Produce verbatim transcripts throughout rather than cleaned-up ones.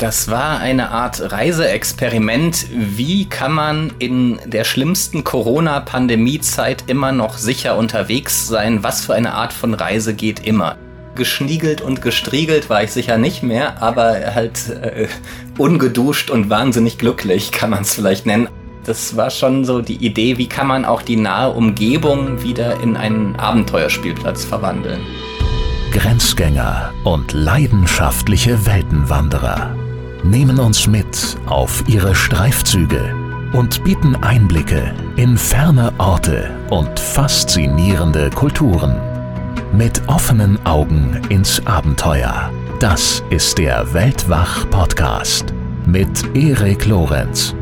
Das war eine Art Reiseexperiment. Wie kann man in der schlimmsten Corona-Pandemie-Zeit immer noch sicher unterwegs sein? Was für eine Art von Reise geht immer? Geschniegelt und gestriegelt war ich sicher nicht mehr, aber halt äh, ungeduscht und wahnsinnig glücklich, kann man es vielleicht nennen. Das war schon so die Idee, wie kann man auch die nahe Umgebung wieder in einen Abenteuerspielplatz verwandeln. Grenzgänger und leidenschaftliche Weltenwanderer nehmen uns mit auf ihre Streifzüge und bieten Einblicke in ferne Orte und faszinierende Kulturen. Mit offenen Augen ins Abenteuer. Das ist der Weltwach-Podcast mit Erik Lorenz.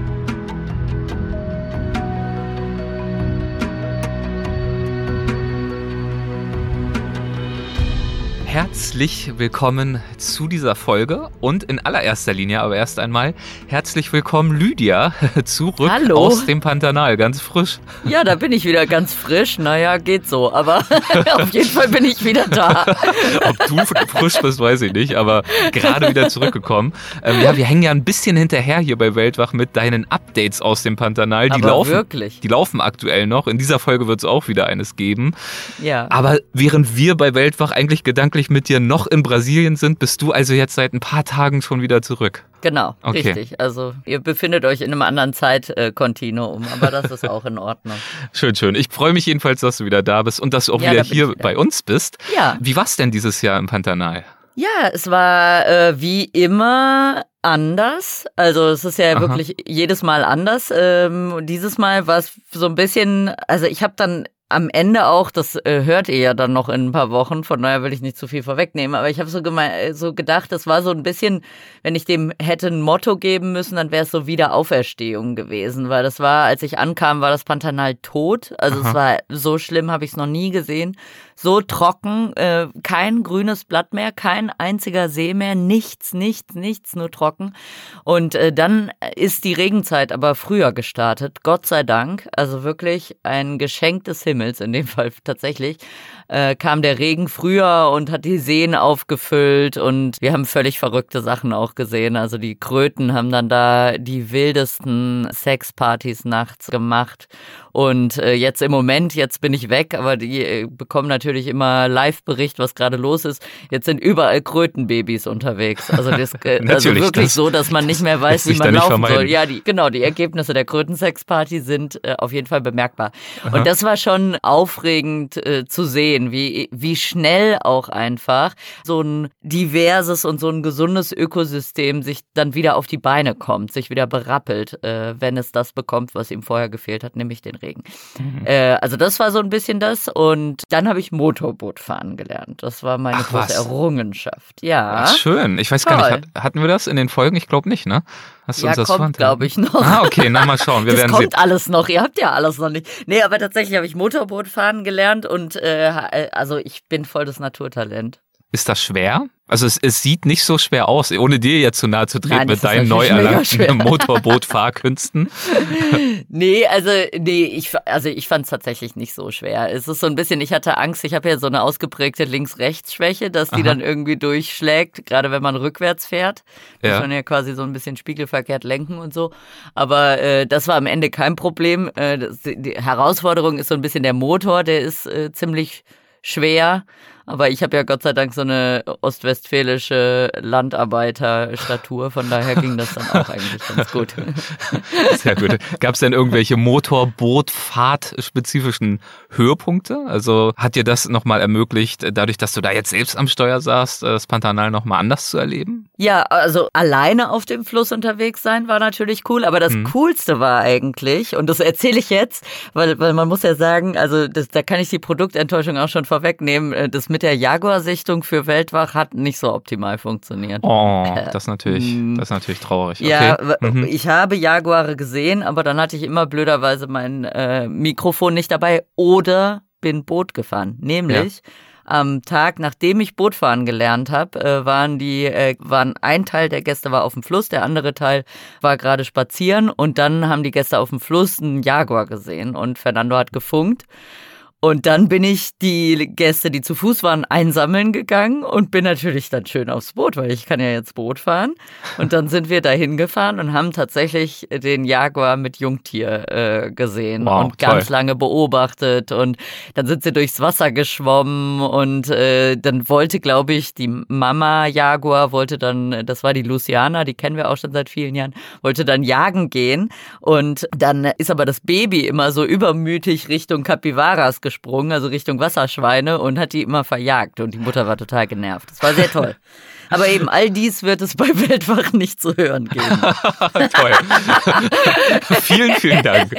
Herzlich willkommen zu dieser Folge und in allererster Linie aber erst einmal herzlich willkommen Lydia, zurück Hallo. Aus dem Pantanal, ganz frisch. Ja, da bin ich wieder ganz frisch, naja, geht so, aber auf jeden Fall bin ich wieder da. Ob du frisch bist, weiß ich nicht, aber gerade wieder zurückgekommen. Ähm, ja, wir hängen ja ein bisschen hinterher hier bei Weltwach mit deinen Updates aus dem Pantanal. Die aber laufen, wirklich? Die laufen aktuell noch, in dieser Folge wird es auch wieder eines geben. Ja. Aber während wir bei Weltwach eigentlich gedanklich mit dir noch in Brasilien sind, bist du also jetzt seit ein paar Tagen schon wieder zurück. Genau, okay. Richtig. Also ihr befindet euch in einem anderen Zeitkontinuum, aber das ist auch in Ordnung. Schön, schön. Ich freue mich jedenfalls, dass du wieder da bist und dass du auch ja, wieder da hier wieder. bei uns bist. Ja. Wie war es denn dieses Jahr im Pantanal? Ja, es war äh, wie immer anders. Also es ist ja Aha. wirklich jedes Mal anders. Ähm, dieses Mal war es so ein bisschen, also ich habe dann am Ende auch, das äh, hört ihr ja dann noch in ein paar Wochen, von daher will ich nicht zu viel vorwegnehmen, aber ich habe so, geme- so gedacht, das war so ein bisschen, wenn ich dem hätte ein Motto geben müssen, dann wäre es so Wiederauferstehung gewesen, weil das war, als ich ankam, war das Pantanal tot, also Aha. es war so schlimm, habe ich es noch nie gesehen, so trocken, äh, kein grünes Blatt mehr, kein einziger See mehr, nichts, nichts, nichts, nur trocken und äh, dann ist die Regenzeit aber früher gestartet, Gott sei Dank, also wirklich ein Geschenk des Himmels. In dem Fall tatsächlich, äh, kam der Regen früher und hat die Seen aufgefüllt und wir haben völlig verrückte Sachen auch gesehen. Also die Kröten haben dann da die wildesten Sexpartys nachts gemacht und äh, jetzt im Moment, jetzt bin ich weg, aber die äh, bekommen natürlich immer Live-Bericht, was gerade los ist. Jetzt sind überall Krötenbabys unterwegs. Also, das, äh, also wirklich das, so, dass man nicht mehr weiß, wie man laufen soll. Ja, die, genau, die Ergebnisse der Kröten-Sex-Party sind äh, auf jeden Fall bemerkbar. Aha. Und das war schon aufregend äh, zu sehen, wie, wie schnell auch einfach so ein diverses und so ein gesundes Ökosystem sich dann wieder auf die Beine kommt, sich wieder berappelt, äh, wenn es das bekommt, was ihm vorher gefehlt hat, nämlich den Regen. Mhm. Äh, also das war so ein bisschen das und dann habe ich Motorboot fahren gelernt. Das war meine Ach, große was? Errungenschaft. Ja. Ach, schön. Ich weiß Toll. gar nicht, hatten wir das in den Folgen? Ich glaube nicht, ne? Hast du ja, uns das kommt, glaube ich, noch. Ah, okay, na mal schauen. Wir das werden kommt sehen. alles noch. Ihr habt ja alles noch nicht. Nee, aber tatsächlich habe ich Motorboot fahren gelernt und äh, also ich bin voll das Naturtalent. Ist das schwer? Also es, es sieht nicht so schwer aus, ohne dir jetzt zu nahe zu treten. Nein, mit deinen neu erlangten Motorboot-Fahrkünsten. Nee, also nee, ich, also ich fand es tatsächlich nicht so schwer. Es ist so ein bisschen, ich hatte Angst, ich habe ja so eine ausgeprägte Links-Rechts-Schwäche, dass die Aha. dann irgendwie durchschlägt, gerade wenn man rückwärts fährt. Da ja. muss man ja quasi so ein bisschen spiegelverkehrt lenken und so. Aber äh, das war am Ende kein Problem. Äh, das, die Herausforderung ist so ein bisschen der Motor, der ist äh, ziemlich schwer. Aber ich habe ja Gott sei Dank so eine ostwestfälische Landarbeiterstatur, von daher ging das dann auch eigentlich ganz gut. Sehr gut. Gab es denn irgendwelche Motorbootfahrt-spezifischen Höhepunkte? Also hat dir das nochmal ermöglicht, dadurch, dass du da jetzt selbst am Steuer saßt, das Pantanal nochmal anders zu erleben? Ja, also alleine auf dem Fluss unterwegs sein war natürlich cool, aber das hm. Coolste war eigentlich, und das erzähle ich jetzt, weil, weil man muss ja sagen, also das, da kann ich die Produktenttäuschung auch schon vorwegnehmen, das mit der Jaguar-Sichtung für Weltwach hat nicht so optimal funktioniert. Oh, das ist natürlich, das ist natürlich traurig. Ja, okay. mhm. ich habe Jaguare gesehen, aber dann hatte ich immer blöderweise mein äh, Mikrofon nicht dabei oder bin Boot gefahren. Nämlich ja. am Tag, nachdem ich Bootfahren gelernt habe, äh, waren die, äh, waren ein Teil der Gäste war auf dem Fluss, der andere Teil war gerade spazieren und dann haben die Gäste auf dem Fluss einen Jaguar gesehen und Fernando hat gefunkt. Und dann bin ich die Gäste, die zu Fuß waren, einsammeln gegangen und bin natürlich dann schön aufs Boot, weil ich kann ja jetzt Boot fahren. Und dann sind wir dahin gefahren und haben tatsächlich den Jaguar mit Jungtier äh, gesehen wow, und ganz toll. lange beobachtet. Und dann sind sie durchs Wasser geschwommen und äh, dann wollte, glaube ich, die Mama Jaguar wollte dann, das war die Luciana, die kennen wir auch schon seit vielen Jahren, wollte dann jagen gehen. Und dann ist aber das Baby immer so übermütig Richtung Kapivaras gesprungen, also Richtung Wasserschweine und hat die immer verjagt und die Mutter war total genervt. Das war sehr toll. Aber eben all dies wird es bei Weltwach nicht zu hören geben. Toll. Vielen, vielen Dank.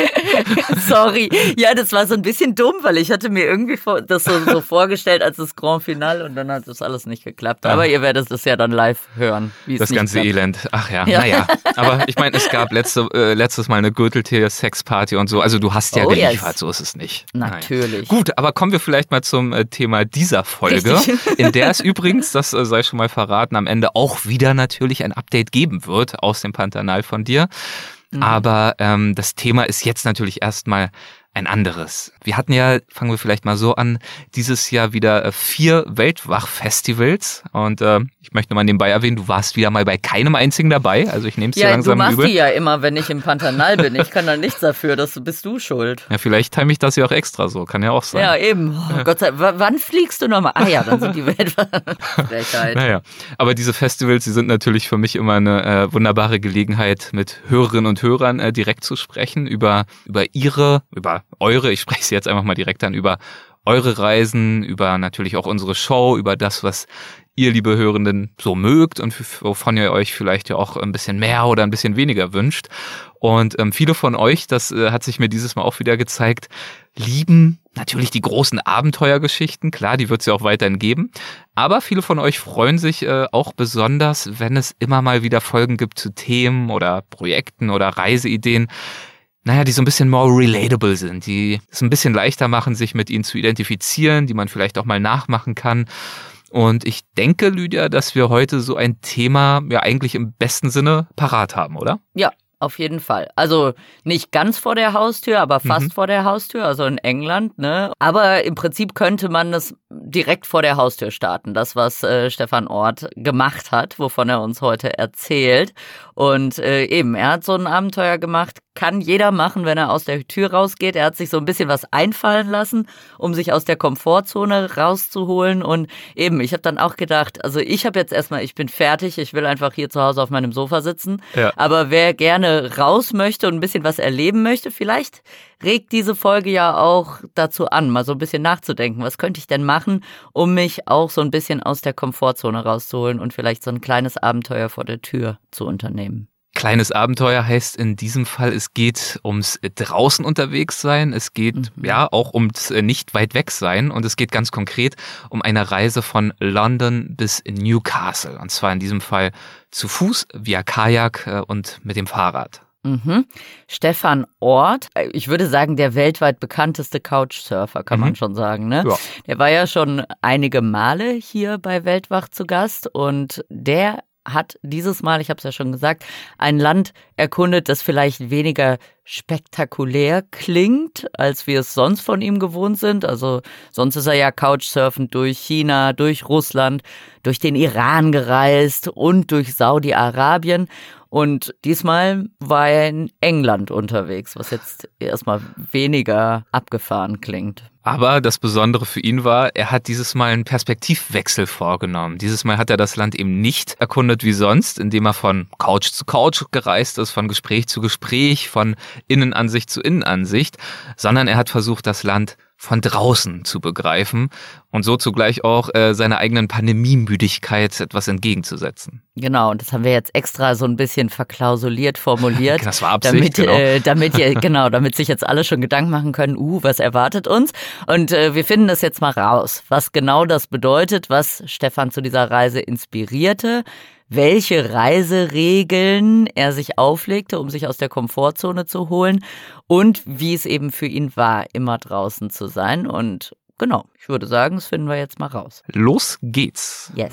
Sorry. Ja, das war so ein bisschen dumm, weil ich hatte mir irgendwie vor, das so, so vorgestellt als das Grand Finale und dann hat das alles nicht geklappt. Aber ja. Ihr werdet es ja dann live hören. Wie es das nicht ganze klappt. Elend. Ach ja, Ja. naja. Aber ich meine, es gab letzte, äh, letztes Mal eine Gürteltier-Sexparty und so. Also du hast ja Oh, geliefert, yes. so ist es nicht. Natürlich. Naja. Gut, aber kommen wir vielleicht mal zum äh, Thema dieser Folge, Richtig. in der es übrigens, das äh, sei schon mal verraten, am Ende auch wieder natürlich ein Update geben wird aus dem Pantanal von dir. Mhm. Aber ähm, das Thema ist jetzt natürlich erstmal ein anderes. Wir hatten ja, fangen wir vielleicht mal so an, dieses Jahr wieder äh, vier Weltwach-Festivals und äh, ich möchte mal nebenbei erwähnen, du warst wieder mal bei keinem einzigen dabei, also ich nehme es dir Ja, langsam du machst übel. die ja immer, wenn ich im Pantanal bin. Ich kann da nichts dafür, das bist du schuld. Ja, vielleicht time ich das ja auch extra so, kann ja auch sein. Ja, eben. Oh, Gott sei Dank. W- Wann fliegst du nochmal? Ah ja, dann sind die Weltwach-Frechheit. Naja, aber diese Festivals, die sind natürlich für mich immer eine äh, wunderbare Gelegenheit, mit Hörerinnen und Hörern äh, direkt zu sprechen, über, über ihre, über eure, ich spreche sie jetzt einfach mal direkt an, über eure Reisen, über natürlich auch unsere Show, über das, was ihr, liebe Hörenden, so mögt und wovon ihr euch vielleicht ja auch ein bisschen mehr oder ein bisschen weniger wünscht. Und ähm, viele von euch, das äh, hat sich mir dieses Mal auch wieder gezeigt, lieben natürlich die großen Abenteuergeschichten. Klar, die wird es ja auch weiterhin geben. Aber viele von euch freuen sich äh, auch besonders, wenn es immer mal wieder Folgen gibt zu Themen oder Projekten oder Reiseideen, naja, die so ein bisschen more relatable sind, die es ein bisschen leichter machen, sich mit ihnen zu identifizieren, die man vielleicht auch mal nachmachen kann. Und ich denke, Lydia, dass wir heute so ein Thema ja eigentlich im besten Sinne parat haben, oder? Ja, auf jeden Fall. Also nicht ganz vor der Haustür, aber fast Mhm. vor der Haustür, also in England, ne? Aber im Prinzip könnte man das direkt vor der Haustür starten. Das, was äh, Stefan Orth gemacht hat, wovon er uns heute erzählt. Und äh, eben, er hat so ein Abenteuer gemacht, kann jeder machen, wenn er aus der Tür rausgeht. Er hat sich so ein bisschen was einfallen lassen, um sich aus der Komfortzone rauszuholen. Und eben, ich habe dann auch gedacht, also ich habe jetzt erstmal, ich bin fertig, ich will einfach hier zu Hause auf meinem Sofa sitzen. Ja. Aber wer gerne raus möchte und ein bisschen was erleben möchte, vielleicht regt diese Folge ja auch dazu an, mal so ein bisschen nachzudenken. Was könnte ich denn machen, um mich auch so ein bisschen aus der Komfortzone rauszuholen und vielleicht so ein kleines Abenteuer vor der Tür zu unternehmen? Kleines Abenteuer heißt in diesem Fall, es geht ums draußen unterwegs sein, es geht Mhm. ja auch ums nicht weit weg sein und es geht ganz konkret um eine Reise von London bis Newcastle und zwar in diesem Fall zu Fuß, via Kajak äh, und mit dem Fahrrad. Mhm. Stefan Orth, ich würde sagen, der weltweit bekannteste Couchsurfer, kann Mhm. man schon sagen, ne? Ja. Der war ja schon einige Male hier bei Weltwach zu Gast und der hat dieses Mal, ich habe es ja schon gesagt, ein Land erkundet, das vielleicht weniger spektakulär klingt, als wir es sonst von ihm gewohnt sind. Also sonst ist er ja Couchsurfend durch China, durch Russland, durch den Iran gereist und durch Saudi-Arabien. Und diesmal war er in England unterwegs, was jetzt erstmal weniger abgefahren klingt. Aber das Besondere für ihn war, er hat dieses Mal einen Perspektivwechsel vorgenommen. Dieses Mal hat er das Land eben nicht erkundet wie sonst, indem er von Couch zu Couch gereist ist, von Gespräch zu Gespräch, von Innenansicht zu Innenansicht, sondern er hat versucht, das Land von draußen zu begreifen und so zugleich auch äh, seiner eigenen Pandemiemüdigkeit etwas entgegenzusetzen. Genau, und das haben wir jetzt extra so ein bisschen verklausuliert formuliert. Das war Absicht, damit, genau. äh, damit ihr, genau, damit sich jetzt alle schon Gedanken machen können, uh, was erwartet uns? Und äh, wir finden das jetzt mal raus, was genau das bedeutet, was Stefan zu dieser Reise inspirierte, welche Reiseregeln er sich auflegte, um sich aus der Komfortzone zu holen und wie es eben für ihn war, immer draußen zu sein. Und genau, ich würde sagen, das finden wir jetzt mal raus. Los geht's. Yes.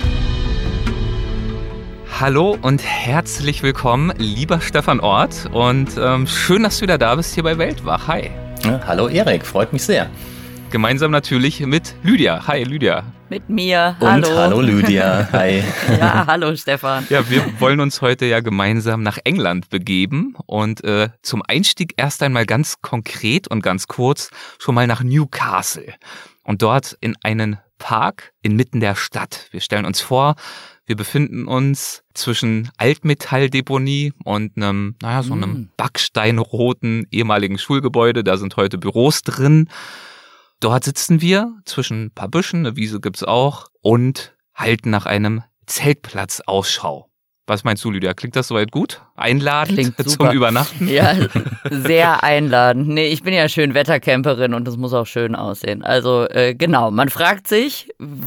Hallo und herzlich willkommen, lieber Stefan Orth. Und ähm, schön, dass du wieder da bist hier bei Weltwach. Hi. Ja, hallo Erik, freut mich sehr. Gemeinsam natürlich mit Lydia. Hi Lydia. Mit mir. Und hallo. hallo Lydia. Hi. Ja, hallo Stefan. Ja, wir wollen uns heute ja gemeinsam nach England begeben und äh, zum Einstieg erst einmal ganz konkret und ganz kurz schon mal nach Newcastle und dort in einen Park inmitten der Stadt. Wir stellen uns vor, wir befinden uns zwischen Altmetalldeponie und einem, naja, so einem backsteinroten ehemaligen Schulgebäude. Da sind heute Büros drin. Dort sitzen wir zwischen ein paar Büschen, eine Wiese gibt's auch, und halten nach einem Zeltplatz Ausschau. Was meinst du, Lydia? Klingt das soweit gut? Einladend Klingt zum super. Übernachten? Ja, sehr einladend. Nee, ich bin ja schön Wettercamperin und das muss auch schön aussehen. Also äh, genau, man fragt sich,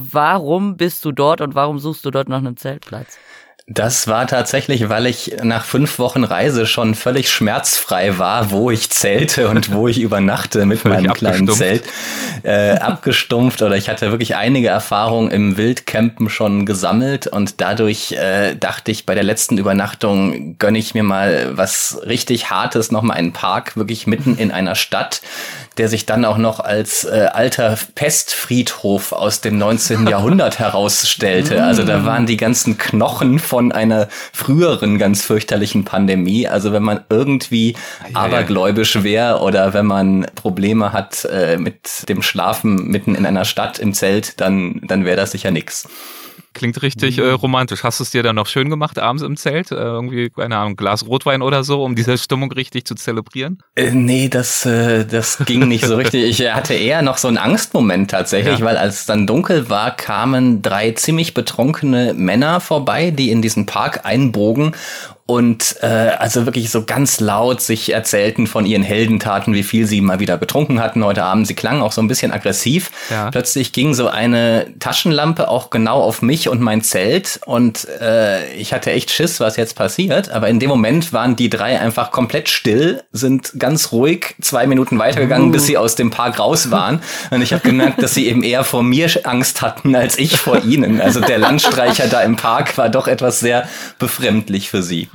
warum bist du dort und warum suchst du dort nach einem Zeltplatz? Das war tatsächlich, weil ich nach fünf Wochen Reise schon völlig schmerzfrei war, wo ich zelte und wo ich übernachte mit Völlig meinem kleinen abgestumpft. Zelt. Äh, abgestumpft oder ich hatte wirklich einige Erfahrungen im Wildcampen schon gesammelt und dadurch äh, dachte ich, bei der letzten Übernachtung gönne ich mir mal was richtig Hartes, nochmal einen Park, wirklich mitten in einer Stadt, der sich dann auch noch als äh, alter Pestfriedhof aus dem neunzehnten Jahrhundert herausstellte. Also da waren die ganzen Knochen von einer früheren ganz fürchterlichen Pandemie. Also wenn man irgendwie ja, abergläubisch wäre oder wenn man Probleme hat äh, mit dem Schlafen mitten in einer Stadt im Zelt, dann dann wäre das sicher nix. Klingt richtig äh, romantisch. Hast du es dir dann noch schön gemacht abends im Zelt? Äh, irgendwie, keine Ahnung, ein Glas Rotwein oder so, um diese Stimmung richtig zu zelebrieren? Äh, nee, das äh, das ging nicht so richtig. Ich hatte eher noch so einen Angstmoment tatsächlich, Ja. weil als es dann dunkel war, kamen drei ziemlich betrunkene Männer vorbei, die in diesen Park einbogen und äh, also wirklich so ganz laut sich erzählten von ihren Heldentaten, wie viel sie mal wieder getrunken hatten heute Abend. Sie klangen auch so ein bisschen aggressiv. Ja. Plötzlich ging so eine Taschenlampe auch genau auf mich und mein Zelt und äh, ich hatte echt Schiss, was jetzt passiert. Aber in dem Moment waren die drei einfach komplett still, sind ganz ruhig zwei Minuten weitergegangen, uh. bis sie aus dem Park raus waren. Und ich habe gemerkt, dass sie eben eher vor mir Angst hatten, als ich vor ihnen. Also der Landstreicher da im Park war doch etwas sehr befremdlich für sie.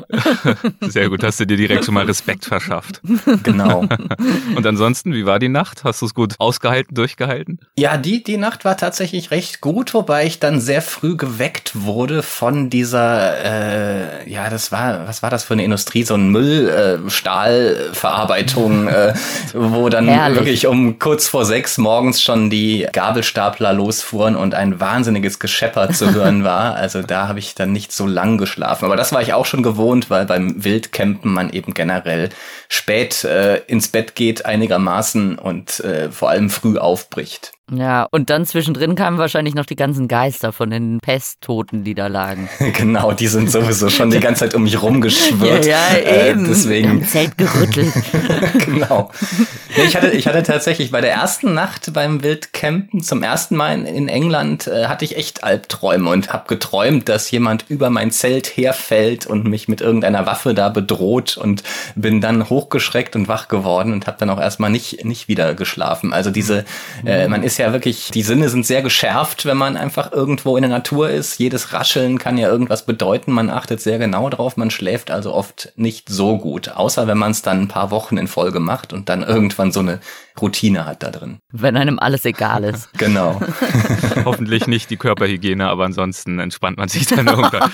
Sehr gut, hast du dir direkt schon mal Respekt verschafft. Genau. Und ansonsten, wie war die Nacht? Hast du es gut ausgehalten, durchgehalten? Ja, die, die Nacht war tatsächlich recht gut, wobei ich dann sehr früh geweckt wurde von dieser, äh, ja, das war, was war das für eine Industrie? So ein Müll, äh, Stahlverarbeitung, äh, wo dann Herrlich. wirklich um kurz vor sechs morgens schon die Gabelstapler losfuhren und ein wahnsinniges Geschepper zu hören war. Also da habe ich dann nicht so lang geschlafen. Aber das war ich auch schon gewohnt, weil beim Wildcampen man eben generell spät äh, ins Bett geht einigermaßen und äh, vor allem früh aufbricht. Ja, und dann zwischendrin kamen wahrscheinlich noch die ganzen Geister von den Pesttoten, die da lagen. Genau, die sind sowieso schon die ganze Zeit um mich rumgeschwirrt. Ja, ja, äh, eben. deswegen. Im Zelt gerüttelt. Genau. Nee, ich hatte, ich hatte tatsächlich bei der ersten Nacht beim Wildcampen zum ersten Mal in, in England äh, hatte ich echt Albträume und habe geträumt, dass jemand über mein Zelt herfällt und mich mit irgendeiner Waffe da bedroht und bin dann hochgeschreckt und wach geworden und habe dann auch erstmal nicht nicht wieder geschlafen. Also diese, äh, man ist ja wirklich, die Sinne sind sehr geschärft, wenn man einfach irgendwo in der Natur ist. Jedes Rascheln kann ja irgendwas bedeuten. Man achtet sehr genau drauf. Man schläft also oft nicht so gut, außer wenn man es dann ein paar Wochen in Folge macht und dann irgendwann so eine Routine hat da drin. Wenn einem alles egal ist. Genau. Hoffentlich nicht die Körperhygiene, aber ansonsten entspannt man sich dann irgendwann.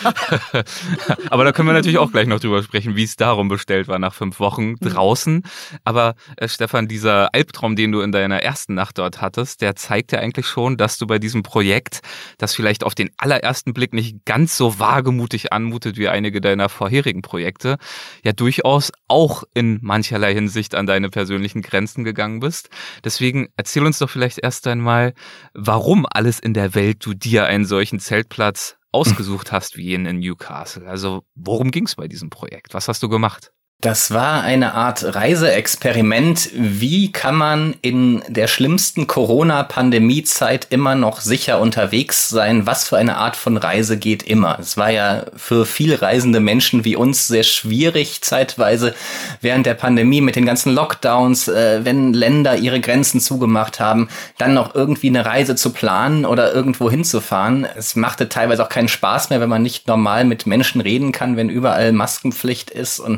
Aber da können wir natürlich auch gleich noch drüber sprechen, wie es darum bestellt war nach fünf Wochen draußen. Aber äh, Stefan, dieser Albtraum, den du in deiner ersten Nacht dort hattest, der zeigt ja eigentlich schon, dass du bei diesem Projekt, das vielleicht auf den allerersten Blick nicht ganz so wagemutig anmutet wie einige deiner vorherigen Projekte, ja durchaus auch in mancherlei Hinsicht an deine persönlichen Grenzen gegangen bist. Deswegen erzähl uns doch vielleicht erst einmal, warum alles in der Welt du dir einen solchen Zeltplatz ausgesucht hast wie jenen in Newcastle. Also worum ging es bei diesem Projekt? Was hast du gemacht? Das war eine Art Reiseexperiment. Wie kann man in der schlimmsten Corona-Pandemie-Zeit immer noch sicher unterwegs sein? Was für eine Art von Reise geht immer? Es war ja für viel reisende Menschen wie uns sehr schwierig zeitweise während der Pandemie mit den ganzen Lockdowns, äh, wenn Länder ihre Grenzen zugemacht haben, dann noch irgendwie eine Reise zu planen oder irgendwo hinzufahren. Es machte teilweise auch keinen Spaß mehr, wenn man nicht normal mit Menschen reden kann, wenn überall Maskenpflicht ist und man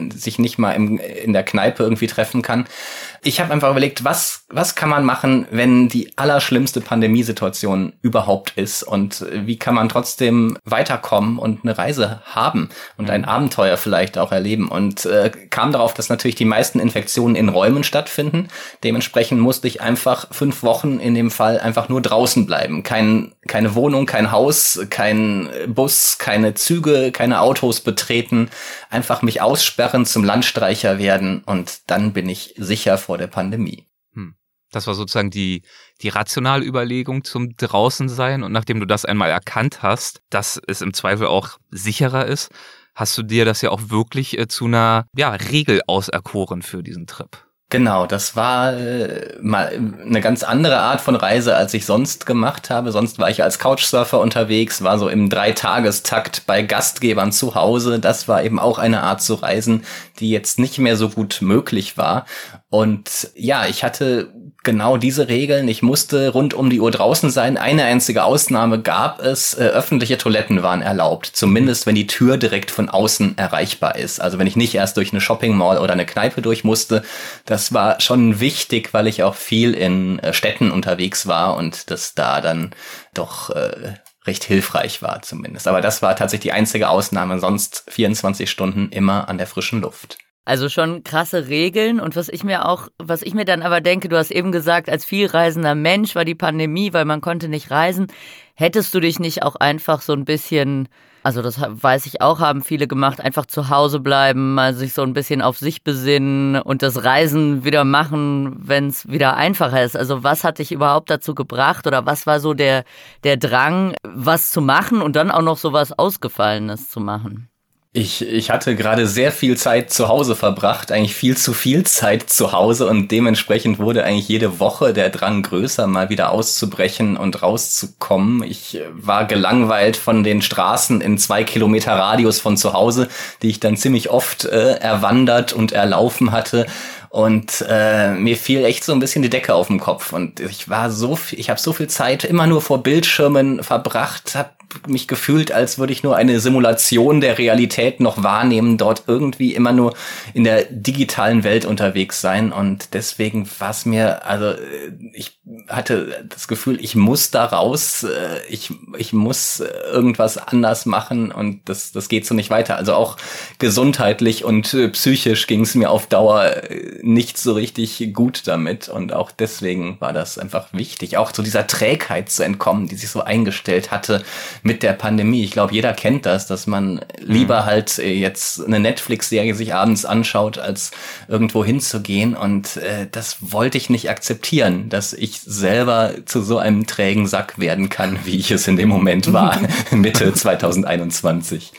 man sich nicht mal im, in der Kneipe irgendwie treffen kann. Ich habe einfach überlegt, was was kann man machen, wenn die allerschlimmste Pandemiesituation überhaupt ist und wie kann man trotzdem weiterkommen und eine Reise haben und ein Abenteuer vielleicht auch erleben und äh, kam darauf, dass natürlich die meisten Infektionen in Räumen stattfinden. Dementsprechend musste ich einfach fünf Wochen in dem Fall einfach nur draußen bleiben. Kein, keine Wohnung, kein Haus, kein Bus, keine Züge, keine Autos betreten. Einfach mich aussperren, zum Landstreicher werden und dann bin ich sicher vor der Pandemie. Hm. Das war sozusagen die, die rationale Überlegung zum Draußensein. Und nachdem du das einmal erkannt hast, dass es im Zweifel auch sicherer ist, hast du dir das ja auch wirklich äh, zu einer ja, Regel auserkoren für diesen Trip. Genau, das war äh, mal eine ganz andere Art von Reise, als ich sonst gemacht habe. Sonst war ich als Couchsurfer unterwegs, war so im Dreitagestakt bei Gastgebern zu Hause. Das war eben auch eine Art zu reisen, die jetzt nicht mehr so gut möglich war. Und ja, ich hatte genau diese Regeln. Ich musste rund um die Uhr draußen sein. Eine einzige Ausnahme gab es. Äh, öffentliche Toiletten waren erlaubt. Zumindest, wenn die Tür direkt von außen erreichbar ist. Also wenn ich nicht erst durch eine Shopping Mall oder eine Kneipe durch musste. Das war schon wichtig, weil ich auch viel in äh, Städten unterwegs war und das da dann doch äh, recht hilfreich war zumindest. Aber das war tatsächlich die einzige Ausnahme. Sonst vierundzwanzig Stunden immer an der frischen Luft. Also schon krasse Regeln und was ich mir auch, was ich mir dann aber denke, du hast eben gesagt, als vielreisender Mensch war die Pandemie, weil man konnte nicht reisen. Hättest du dich nicht auch einfach so ein bisschen, also das weiß ich auch, haben viele gemacht, einfach zu Hause bleiben, mal sich so ein bisschen auf sich besinnen und das Reisen wieder machen, wenn es wieder einfacher ist. Also was hat dich überhaupt dazu gebracht oder was war so der, der Drang, was zu machen und dann auch noch so was Ausgefallenes zu machen? Ich, ich hatte gerade sehr viel Zeit zu Hause verbracht, eigentlich viel zu viel Zeit zu Hause und dementsprechend wurde eigentlich jede Woche der Drang größer, mal wieder auszubrechen und rauszukommen. Ich war gelangweilt von den Straßen in zwei Kilometer Radius von zu Hause, die ich dann ziemlich oft äh, erwandert und erlaufen hatte. Und äh, mir fiel echt so ein bisschen die Decke auf den Kopf und ich war so viel, ich habe so viel Zeit immer nur vor Bildschirmen verbracht, habe mich gefühlt, als würde ich nur eine Simulation der Realität noch wahrnehmen, dort irgendwie immer nur in der digitalen Welt unterwegs sein und deswegen war es mir, also ich hatte das Gefühl, ich muss da raus, ich ich muss irgendwas anders machen und das das geht so nicht weiter. Also auch gesundheitlich und psychisch ging es mir auf Dauer nicht so richtig gut damit und auch deswegen war das einfach wichtig, auch zu dieser Trägheit zu entkommen, die sich so eingestellt hatte mit der Pandemie. Ich glaube, jeder kennt das, dass man lieber halt jetzt eine Netflix-Serie sich abends anschaut, als irgendwo hinzugehen und äh, das wollte ich nicht akzeptieren, dass ich selber zu so einem trägen Sack werden kann, wie ich es in dem Moment war, Mitte zwanzig einundzwanzig.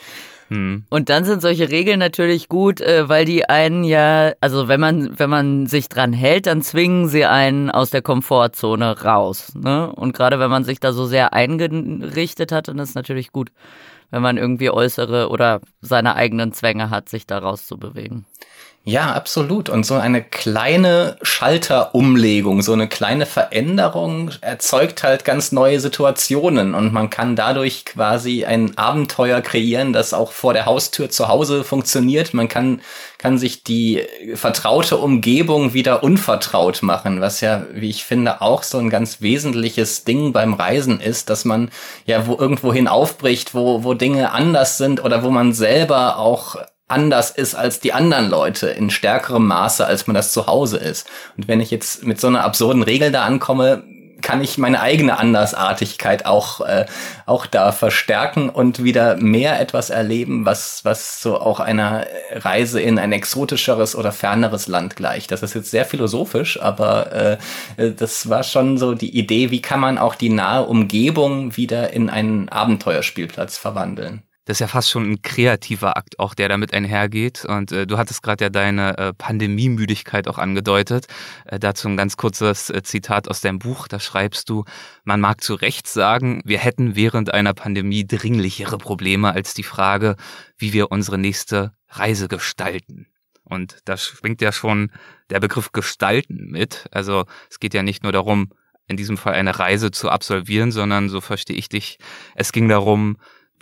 Und dann sind solche Regeln natürlich gut, weil die einen ja, also wenn man wenn man sich dran hält, dann zwingen sie einen aus der Komfortzone raus, ne? Und gerade wenn man sich da so sehr eingerichtet hat, dann ist es natürlich gut, wenn man irgendwie äußere oder seine eigenen Zwänge hat, sich da rauszubewegen. Ja, absolut. Und so eine kleine Schalterumlegung, so eine kleine Veränderung erzeugt halt ganz neue Situationen und man kann dadurch quasi ein Abenteuer kreieren, das auch vor der Haustür zu Hause funktioniert. Man kann kann sich die vertraute Umgebung wieder unvertraut machen, was ja, wie ich finde, auch so ein ganz wesentliches Ding beim Reisen ist, dass man ja wo irgendwohin aufbricht, wo wo Dinge anders sind oder wo man selber auch anders ist als die anderen Leute in stärkerem Maße, als man das zu Hause ist. Und wenn ich jetzt mit so einer absurden Regel da ankomme, kann ich meine eigene Andersartigkeit auch äh, auch da verstärken und wieder mehr etwas erleben, was was so auch einer Reise in ein exotischeres oder ferneres Land gleicht. Das ist jetzt sehr philosophisch, aber äh, das war schon so die Idee, wie kann man auch die nahe Umgebung wieder in einen Abenteuerspielplatz verwandeln. Das ist ja fast schon ein kreativer Akt auch, der damit einhergeht. Und äh, du hattest gerade ja deine äh, Pandemiemüdigkeit auch angedeutet. Äh, dazu ein ganz kurzes äh, Zitat aus deinem Buch. Da schreibst du, man mag zu Recht sagen, wir hätten während einer Pandemie dringlichere Probleme als die Frage, wie wir unsere nächste Reise gestalten. Und da schwingt ja schon der Begriff gestalten mit. Also es geht ja nicht nur darum, in diesem Fall eine Reise zu absolvieren, sondern, so verstehe ich dich, es ging darum,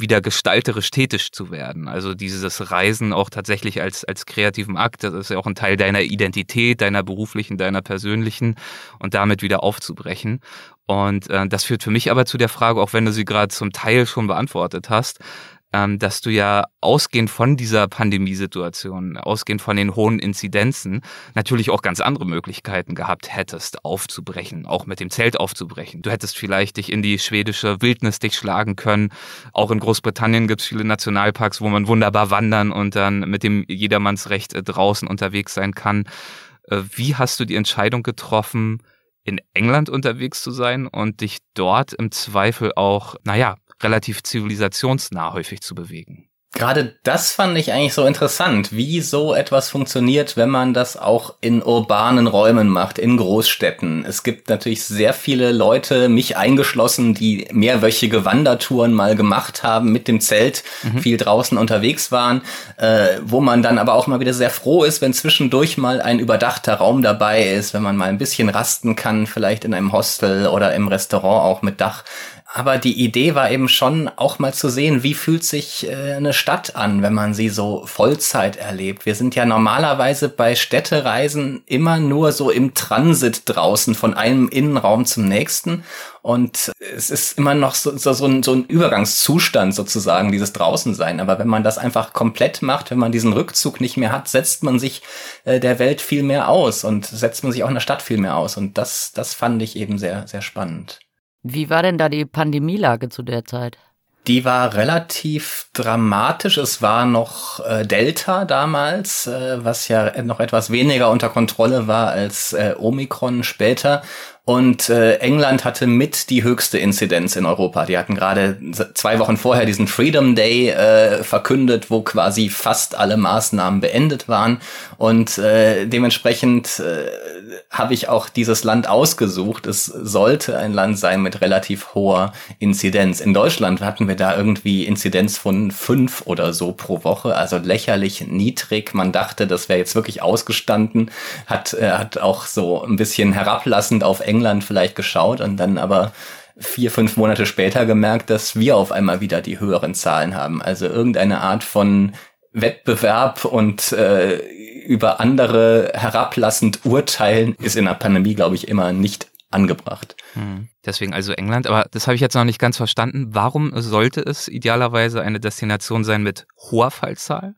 wieder gestalterisch tätig zu werden. Also dieses Reisen auch tatsächlich als, als kreativen Akt, das ist ja auch ein Teil deiner Identität, deiner beruflichen, deiner persönlichen und damit wieder aufzubrechen. Und äh, das führt für mich aber zu der Frage, auch wenn du sie gerade zum Teil schon beantwortet hast, ähm, dass du ja ausgehend von dieser Pandemiesituation, ausgehend von den hohen Inzidenzen, natürlich auch ganz andere Möglichkeiten gehabt hättest, aufzubrechen, auch mit dem Zelt aufzubrechen. Du hättest vielleicht dich in die schwedische Wildnis dich schlagen können. Auch in Großbritannien gibt es viele Nationalparks, wo man wunderbar wandern und dann mit dem Jedermannsrecht äh, draußen unterwegs sein kann. Äh, wie hast du die Entscheidung getroffen, in England unterwegs zu sein und dich dort im Zweifel auch, naja, relativ zivilisationsnah häufig zu bewegen? Gerade das fand ich eigentlich so interessant, wie so etwas funktioniert, wenn man das auch in urbanen Räumen macht, in Großstädten. Es gibt natürlich sehr viele Leute, mich eingeschlossen, die mehrwöchige Wandertouren mal gemacht haben, mit dem Zelt mhm. viel draußen unterwegs waren, äh, wo man dann aber auch mal wieder sehr froh ist, wenn zwischendurch mal ein überdachter Raum dabei ist, wenn man mal ein bisschen rasten kann, vielleicht in einem Hostel oder im Restaurant auch mit Dach. Aber die Idee war eben schon, auch mal zu sehen, wie fühlt sich äh, eine Stadt an, wenn man sie so Vollzeit erlebt. Wir sind ja normalerweise bei Städtereisen immer nur so im Transit draußen von einem Innenraum zum nächsten. Und es ist immer noch so, so, so, ein, so ein Übergangszustand sozusagen, dieses Draußensein. Aber wenn man das einfach komplett macht, wenn man diesen Rückzug nicht mehr hat, setzt man sich äh, der Welt viel mehr aus und setzt man sich auch in der Stadt viel mehr aus. Und das, das fand ich eben sehr, sehr spannend. Wie war denn da die Pandemielage zu der Zeit? Die war relativ dramatisch. Es war noch äh, Delta damals, äh, was ja noch etwas weniger unter Kontrolle war als äh, Omikron später. Und äh, England hatte mit die höchste Inzidenz in Europa. Die hatten gerade zwei Wochen vorher diesen Freedom Day äh, verkündet, wo quasi fast alle Maßnahmen beendet waren. Und äh, dementsprechend äh, habe ich auch dieses Land ausgesucht. Es sollte ein Land sein mit relativ hoher Inzidenz. In Deutschland hatten wir da irgendwie Inzidenz von fünf oder so pro Woche, also lächerlich niedrig. Man dachte, das wäre jetzt wirklich ausgestanden, hat, äh, hat auch so ein bisschen herablassend auf England vielleicht geschaut und dann aber vier, fünf Monate später gemerkt, dass wir auf einmal wieder die höheren Zahlen haben. Also irgendeine Art von Wettbewerb und äh, über andere herablassend urteilen ist in der Pandemie, glaube ich, immer nicht angebracht. Hm. Deswegen also England, aber das habe ich jetzt noch nicht ganz verstanden. Warum sollte es idealerweise eine Destination sein mit hoher Fallzahl?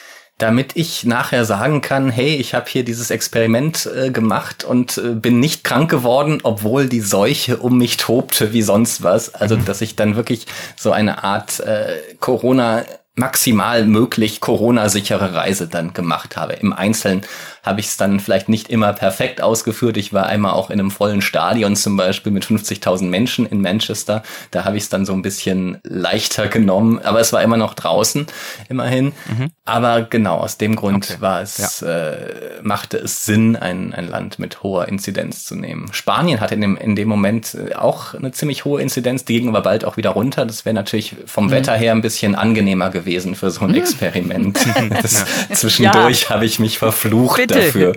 Damit ich nachher sagen kann, hey, ich habe hier dieses Experiment äh, gemacht und äh, bin nicht krank geworden, obwohl die Seuche um mich tobte wie sonst was. Also, dass ich dann wirklich so eine Art äh, Corona, maximal möglich Corona-sichere Reise dann gemacht habe. Im Einzelnen habe ich es dann vielleicht nicht immer perfekt ausgeführt. Ich war einmal auch in einem vollen Stadion zum Beispiel mit fünfzigtausend Menschen in Manchester. Da habe ich es dann so ein bisschen leichter genommen. Aber es war immer noch draußen, immerhin. Mhm. Aber genau, aus dem Grund okay. war es, ja. äh, machte es Sinn, ein, ein Land mit hoher Inzidenz zu nehmen. Spanien hatte in dem, in dem Moment auch eine ziemlich hohe Inzidenz. Die ging aber bald auch wieder runter. Das wäre natürlich vom mhm. Wetter her ein bisschen angenehmer gewesen für so ein Experiment. Das, zwischendurch ja. habe ich mich verflucht. Bitte. Dafür.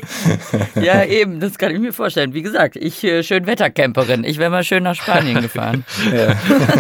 Ja, eben, das kann ich mir vorstellen. Wie gesagt, ich äh, Schönwettercamperin. Ich wäre mal schön nach Spanien gefahren. Ja.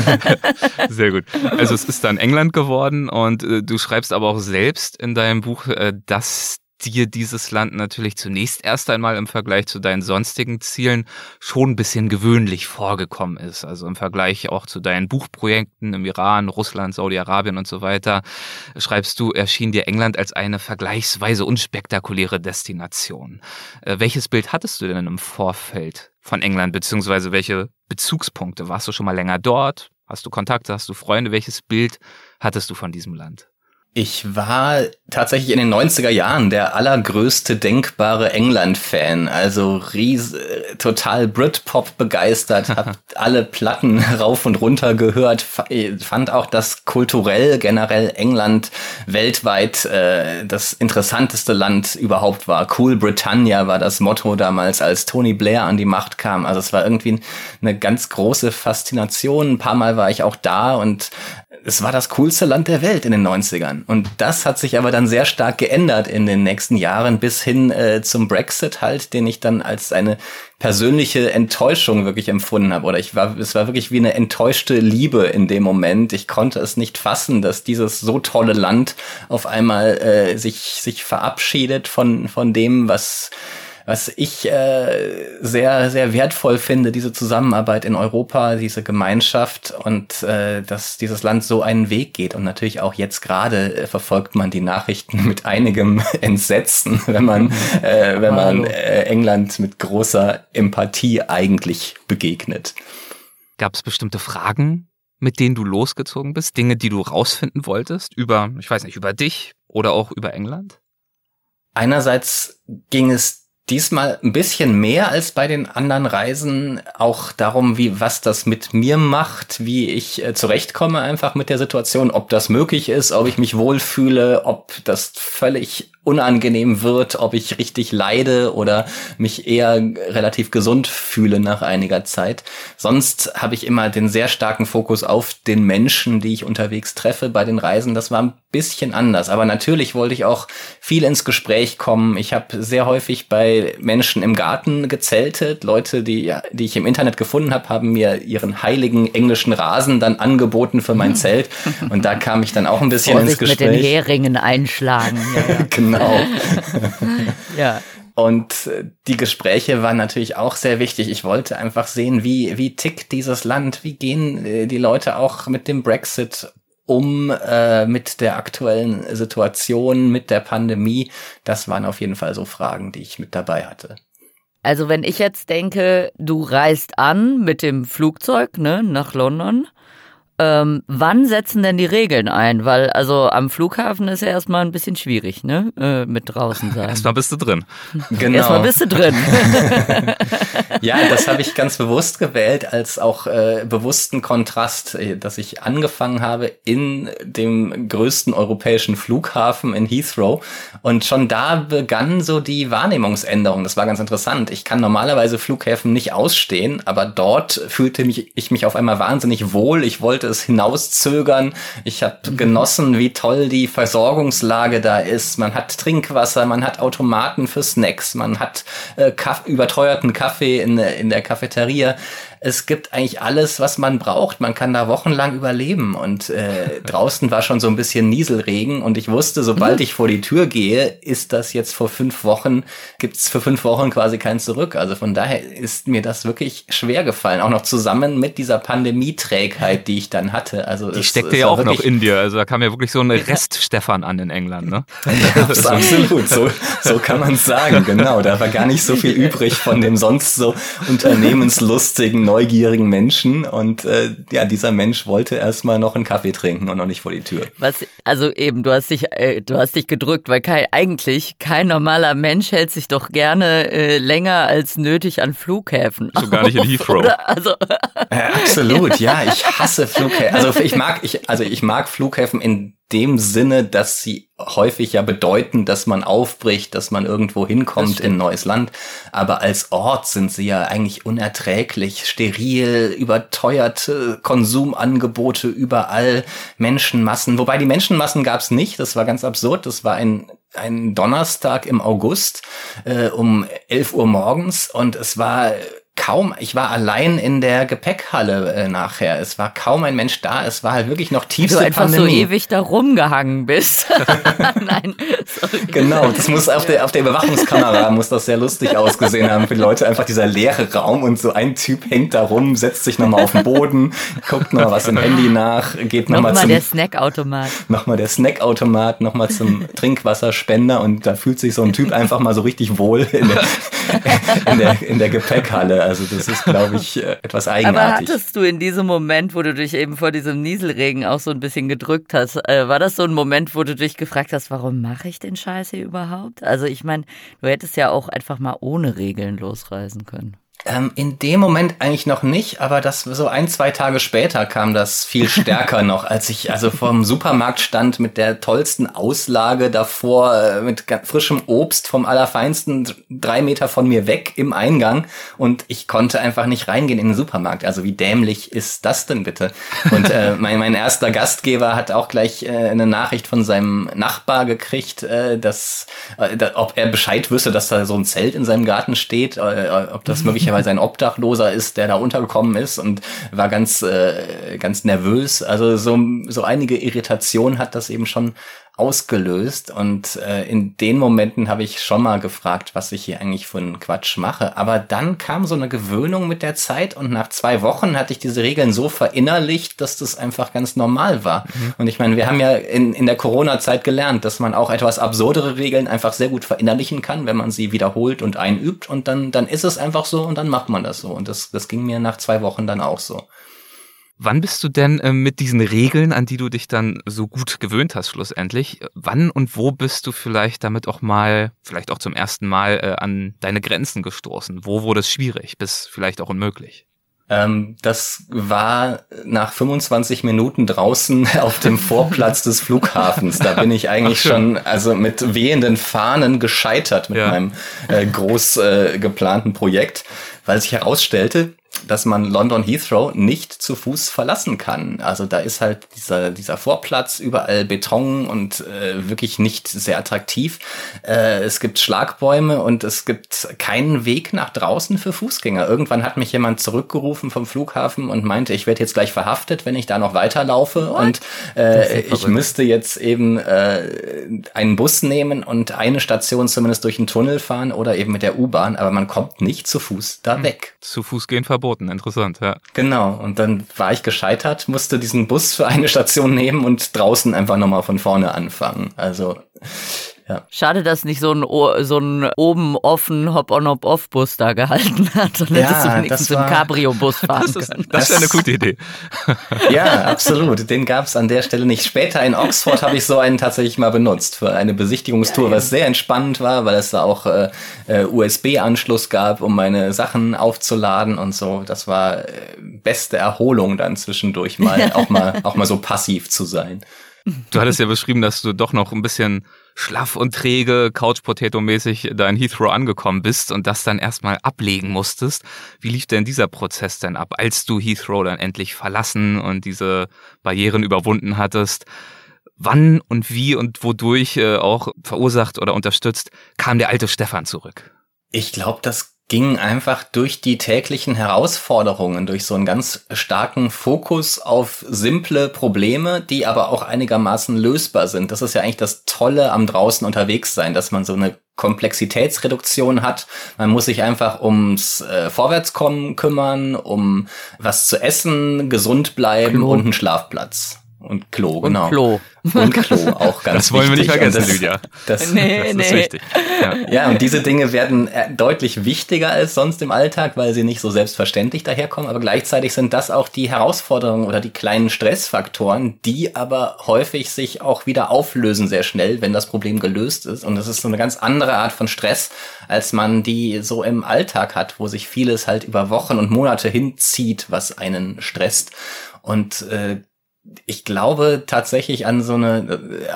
Sehr gut. Also es ist dann England geworden und äh, du schreibst aber auch selbst in deinem Buch, äh, dass dir dieses Land natürlich zunächst erst einmal im Vergleich zu deinen sonstigen Zielen schon ein bisschen gewöhnlich vorgekommen ist. Also im Vergleich auch zu deinen Buchprojekten im Iran, Russland, Saudi-Arabien und so weiter, schreibst du, erschien dir England als eine vergleichsweise unspektakuläre Destination. Äh, welches Bild hattest du denn im Vorfeld von England, beziehungsweise welche Bezugspunkte? Warst du schon mal länger dort? Hast du Kontakte? Hast du Freunde? Welches Bild hattest du von diesem Land? Ich war tatsächlich in den neunziger Jahren der allergrößte denkbare England-Fan, also ries, total Britpop begeistert, hab alle Platten rauf und runter gehört, fand auch, dass kulturell generell England weltweit äh, das interessanteste Land überhaupt war. Cool Britannia war das Motto damals, als Tony Blair an die Macht kam. Also es war irgendwie eine ganz große Faszination. Ein paar Mal war ich auch da und es war das coolste Land der Welt in den neunzigern. Und das hat sich aber dann dann sehr stark geändert in den nächsten Jahren bis hin äh, zum Brexit halt, den ich dann als eine persönliche Enttäuschung wirklich empfunden habe. Oder ich war, es war wirklich wie eine enttäuschte Liebe in dem Moment. Ich konnte es nicht fassen, dass dieses so tolle Land auf einmal äh, sich sich verabschiedet von von dem, was was ich äh, sehr, sehr wertvoll finde, diese Zusammenarbeit in Europa, diese Gemeinschaft und äh, dass dieses Land so einen Weg geht. Und natürlich auch jetzt gerade äh, verfolgt man die Nachrichten mit einigem Entsetzen, wenn man, äh, wenn man äh, England mit großer Empathie eigentlich begegnet. Gab es bestimmte Fragen, mit denen du losgezogen bist? Dinge, die du rausfinden wolltest? Über, ich weiß nicht, über dich oder auch über England? Einerseits ging es diesmal ein bisschen mehr als bei den anderen Reisen auch darum, wie was das mit mir macht, wie ich äh, zurechtkomme einfach mit der Situation, ob das möglich ist, ob ich mich wohlfühle, ob das völlig unangenehm wird, ob ich richtig leide oder mich eher relativ gesund fühle nach einiger Zeit. Sonst habe ich immer den sehr starken Fokus auf den Menschen, die ich unterwegs treffe bei den Reisen. Das war ein bisschen anders. Aber natürlich wollte ich auch viel ins Gespräch kommen. Ich habe sehr häufig bei Menschen im Garten gezeltet. Leute, die, die ich im Internet gefunden habe, haben mir ihren heiligen englischen Rasen dann angeboten für mein Zelt. Und da kam ich dann auch ein bisschen Vorsicht ins Gespräch. Mit den Heringen einschlagen. Ja, ja. Genau. Ja. Und die Gespräche waren natürlich auch sehr wichtig. Ich wollte einfach sehen, wie, wie tickt dieses Land, wie gehen die Leute auch mit dem Brexit um, äh, mit der aktuellen Situation, mit der Pandemie. Das waren auf jeden Fall so Fragen, die ich mit dabei hatte. Also wenn ich jetzt denke, du reist an mit dem Flugzeug, ne, nach London, Ähm, wann setzen denn die Regeln ein? Weil also am Flughafen ist ja erstmal ein bisschen schwierig, ne? Äh, mit draußen sein. Erstmal bist du drin. Genau. Erstmal bist du drin. Ja, das habe ich ganz bewusst gewählt als auch äh, bewussten Kontrast, äh, dass ich angefangen habe in dem größten europäischen Flughafen in Heathrow und schon da begann so die Wahrnehmungsänderung. Das war ganz interessant. Ich kann normalerweise Flughäfen nicht ausstehen, aber dort fühlte mich ich mich auf einmal wahnsinnig wohl. Ich wollte es hinauszögern. Ich habe genossen, wie toll die Versorgungslage da ist. Man hat Trinkwasser, man hat Automaten für Snacks, man hat äh, Kaff- überteuerten Kaffee in, in der Cafeteria. Es gibt eigentlich alles, was man braucht. Man kann da wochenlang überleben. Und äh, draußen war schon so ein bisschen Nieselregen. Und ich wusste, sobald ich vor die Tür gehe, ist das jetzt vor fünf Wochen, gibt's für fünf Wochen quasi kein Zurück. Also von daher ist mir das wirklich schwer gefallen. Auch noch zusammen mit dieser Pandemieträgheit, die ich dann hatte. Also die es, steckte es ja war auch wirklich noch in dir. Also da kam ja wirklich so ein Rest-Stefan an in England, ne? Absolut, so, so kann man es sagen, genau. Da war gar nicht so viel übrig von dem sonst so unternehmenslustigen, neugierigen Menschen. Und äh, ja, dieser Mensch wollte erstmal noch einen Kaffee trinken und noch nicht vor die Tür. Was, also eben, du hast dich, äh, du hast dich gedrückt, weil kein, eigentlich kein normaler Mensch hält sich doch gerne äh, länger als nötig an Flughäfen. So gar nicht in Heathrow. Oder? Also äh, absolut, ja, ich hasse Flughäfen. Also ich mag, ich, also ich mag Flughäfen in dem Sinne, dass sie häufig ja bedeuten, dass man aufbricht, dass man irgendwo hinkommt in ein neues Land. Aber als Ort sind sie ja eigentlich unerträglich, steril, überteuerte Konsumangebote überall, Menschenmassen. Wobei die Menschenmassen gab es nicht, das war ganz absurd. Das war ein ein Donnerstag im August äh, um elf Uhr morgens und es war kaum, ich war allein in der Gepäckhalle äh, nachher. Es war kaum ein Mensch da. Es war halt wirklich noch tiefste Pandemie. Du einfach Pandemie. so ewig da rumgehangen bist. Nein, sorry. Genau, das muss auf der, auf der Überwachungskamera muss das sehr lustig ausgesehen haben für die Leute. Einfach dieser leere Raum und so ein Typ hängt da rum, setzt sich nochmal auf den Boden, guckt noch was im Handy nach, geht nochmal noch zum... Nochmal der Snackautomat. Nochmal der Snackautomat, nochmal zum Trinkwasserspender und da fühlt sich so ein Typ einfach mal so richtig wohl in der, in der, in der Gepäckhalle. Also das ist, glaube ich, etwas eigenartig. Aber hattest du in diesem Moment, wo du dich eben vor diesem Nieselregen auch so ein bisschen gedrückt hast, äh, war das so ein Moment, wo du dich gefragt hast, warum mache ich den Scheiß hier überhaupt? Also ich meine, du hättest ja auch einfach mal ohne Regeln losreisen können. Ähm, in dem Moment eigentlich noch nicht, aber das so ein, zwei Tage später kam das viel stärker noch, als ich also vor dem Supermarkt stand mit der tollsten Auslage davor, äh, mit frischem Obst vom Allerfeinsten, drei Meter von mir weg im Eingang und ich konnte einfach nicht reingehen in den Supermarkt. Also wie dämlich ist das denn bitte? Und äh, mein, mein erster Gastgeber hat auch gleich äh, eine Nachricht von seinem Nachbar gekriegt, äh, dass, äh, da, ob er Bescheid wüsste, dass da so ein Zelt in seinem Garten steht, äh, ob das möglicherweise weil ein Obdachloser ist, der da untergekommen ist und war ganz äh, ganz nervös. Also so so einige Irritation hat das eben schon ausgelöst und äh, in den Momenten habe ich schon mal gefragt, was ich hier eigentlich für einen Quatsch mache. Aber dann kam so eine Gewöhnung mit der Zeit und nach zwei Wochen hatte ich diese Regeln so verinnerlicht, dass das einfach ganz normal war. Mhm. Und ich meine, wir haben ja in in der Corona-Zeit gelernt, dass man auch etwas absurdere Regeln einfach sehr gut verinnerlichen kann, wenn man sie wiederholt und einübt und dann dann ist es einfach so und dann macht man das so. Und das das ging mir nach zwei Wochen dann auch so. Wann bist du denn äh, mit diesen Regeln, an die du dich dann so gut gewöhnt hast schlussendlich, wann und wo bist du vielleicht damit auch mal, vielleicht auch zum ersten Mal äh, an deine Grenzen gestoßen? Wo wurde es schwierig, bis vielleicht auch unmöglich? Ähm, das war nach fünfundzwanzig Minuten draußen auf dem Vorplatz des Flughafens. Da bin ich eigentlich schon also mit wehenden Fahnen gescheitert mit ja. meinem äh, groß äh, geplanten Projekt, weil sich herausstellte, dass man London Heathrow nicht zu Fuß verlassen kann. Also da ist halt dieser dieser Vorplatz, überall Beton und äh, wirklich nicht sehr attraktiv. Äh, es gibt Schlagbäume und es gibt keinen Weg nach draußen für Fußgänger. Irgendwann hat mich jemand zurückgerufen vom Flughafen und meinte, ich werde jetzt gleich verhaftet, wenn ich da noch weiterlaufe. What? Und äh, ich müsste jetzt eben äh, einen Bus nehmen und eine Station zumindest durch den Tunnel fahren oder eben mit der U-Bahn. Aber man kommt nicht zu Fuß da hm. weg. Zu Fuß gehen verboten. Interessant, ja. Genau, und dann war ich gescheitert, musste diesen Bus für eine Station nehmen und draußen einfach nochmal von vorne anfangen. Also, ja. Schade, dass nicht so ein, so ein oben offen Hop-on-Hop-off-Bus da gehalten hat. Dann ja, hättest du wenigstens so einen Cabrio-Bus fahren das ist, können. Das wäre eine gute Idee. Ja, absolut. Den gab es an der Stelle nicht. Später in Oxford habe ich so einen tatsächlich mal benutzt für eine Besichtigungstour, ja, ja. was sehr entspannend war, weil es da auch äh, U S B-Anschluss gab, um meine Sachen aufzuladen und so. Das war äh, beste Erholung dann zwischendurch mal, auch mal, auch mal so passiv zu sein. Du hattest ja beschrieben, dass du doch noch ein bisschen schlaff und träge, Couch-Potato-mäßig da in Heathrow angekommen bist und das dann erstmal ablegen musstest. Wie lief denn dieser Prozess denn ab, als du Heathrow dann endlich verlassen und diese Barrieren überwunden hattest? Wann und wie und wodurch äh, auch verursacht oder unterstützt kam der alte Stefan zurück? Ich glaube, das ging einfach durch die täglichen Herausforderungen, durch so einen ganz starken Fokus auf simple Probleme, die aber auch einigermaßen lösbar sind. Das ist ja eigentlich das Tolle am draußen unterwegs sein, dass man so eine Komplexitätsreduktion hat. Man muss sich einfach ums äh, Vorwärtskommen kümmern, um was zu essen, gesund bleiben Klo. Und einen Schlafplatz. Und Klo, und genau. Klo. Und Klo, auch ganz wichtig. Das wollen wir nicht vergessen, das, Lydia. Das, nee, das ist nee. wichtig. Ja. ja, und diese Dinge werden deutlich wichtiger als sonst im Alltag, weil sie nicht so selbstverständlich daherkommen. Aber gleichzeitig sind das auch die Herausforderungen oder die kleinen Stressfaktoren, die aber häufig sich auch wieder auflösen sehr schnell, wenn das Problem gelöst ist. Und das ist so eine ganz andere Art von Stress, als man die so im Alltag hat, wo sich vieles halt über Wochen und Monate hinzieht, was einen stresst. Und äh, ich glaube tatsächlich an so eine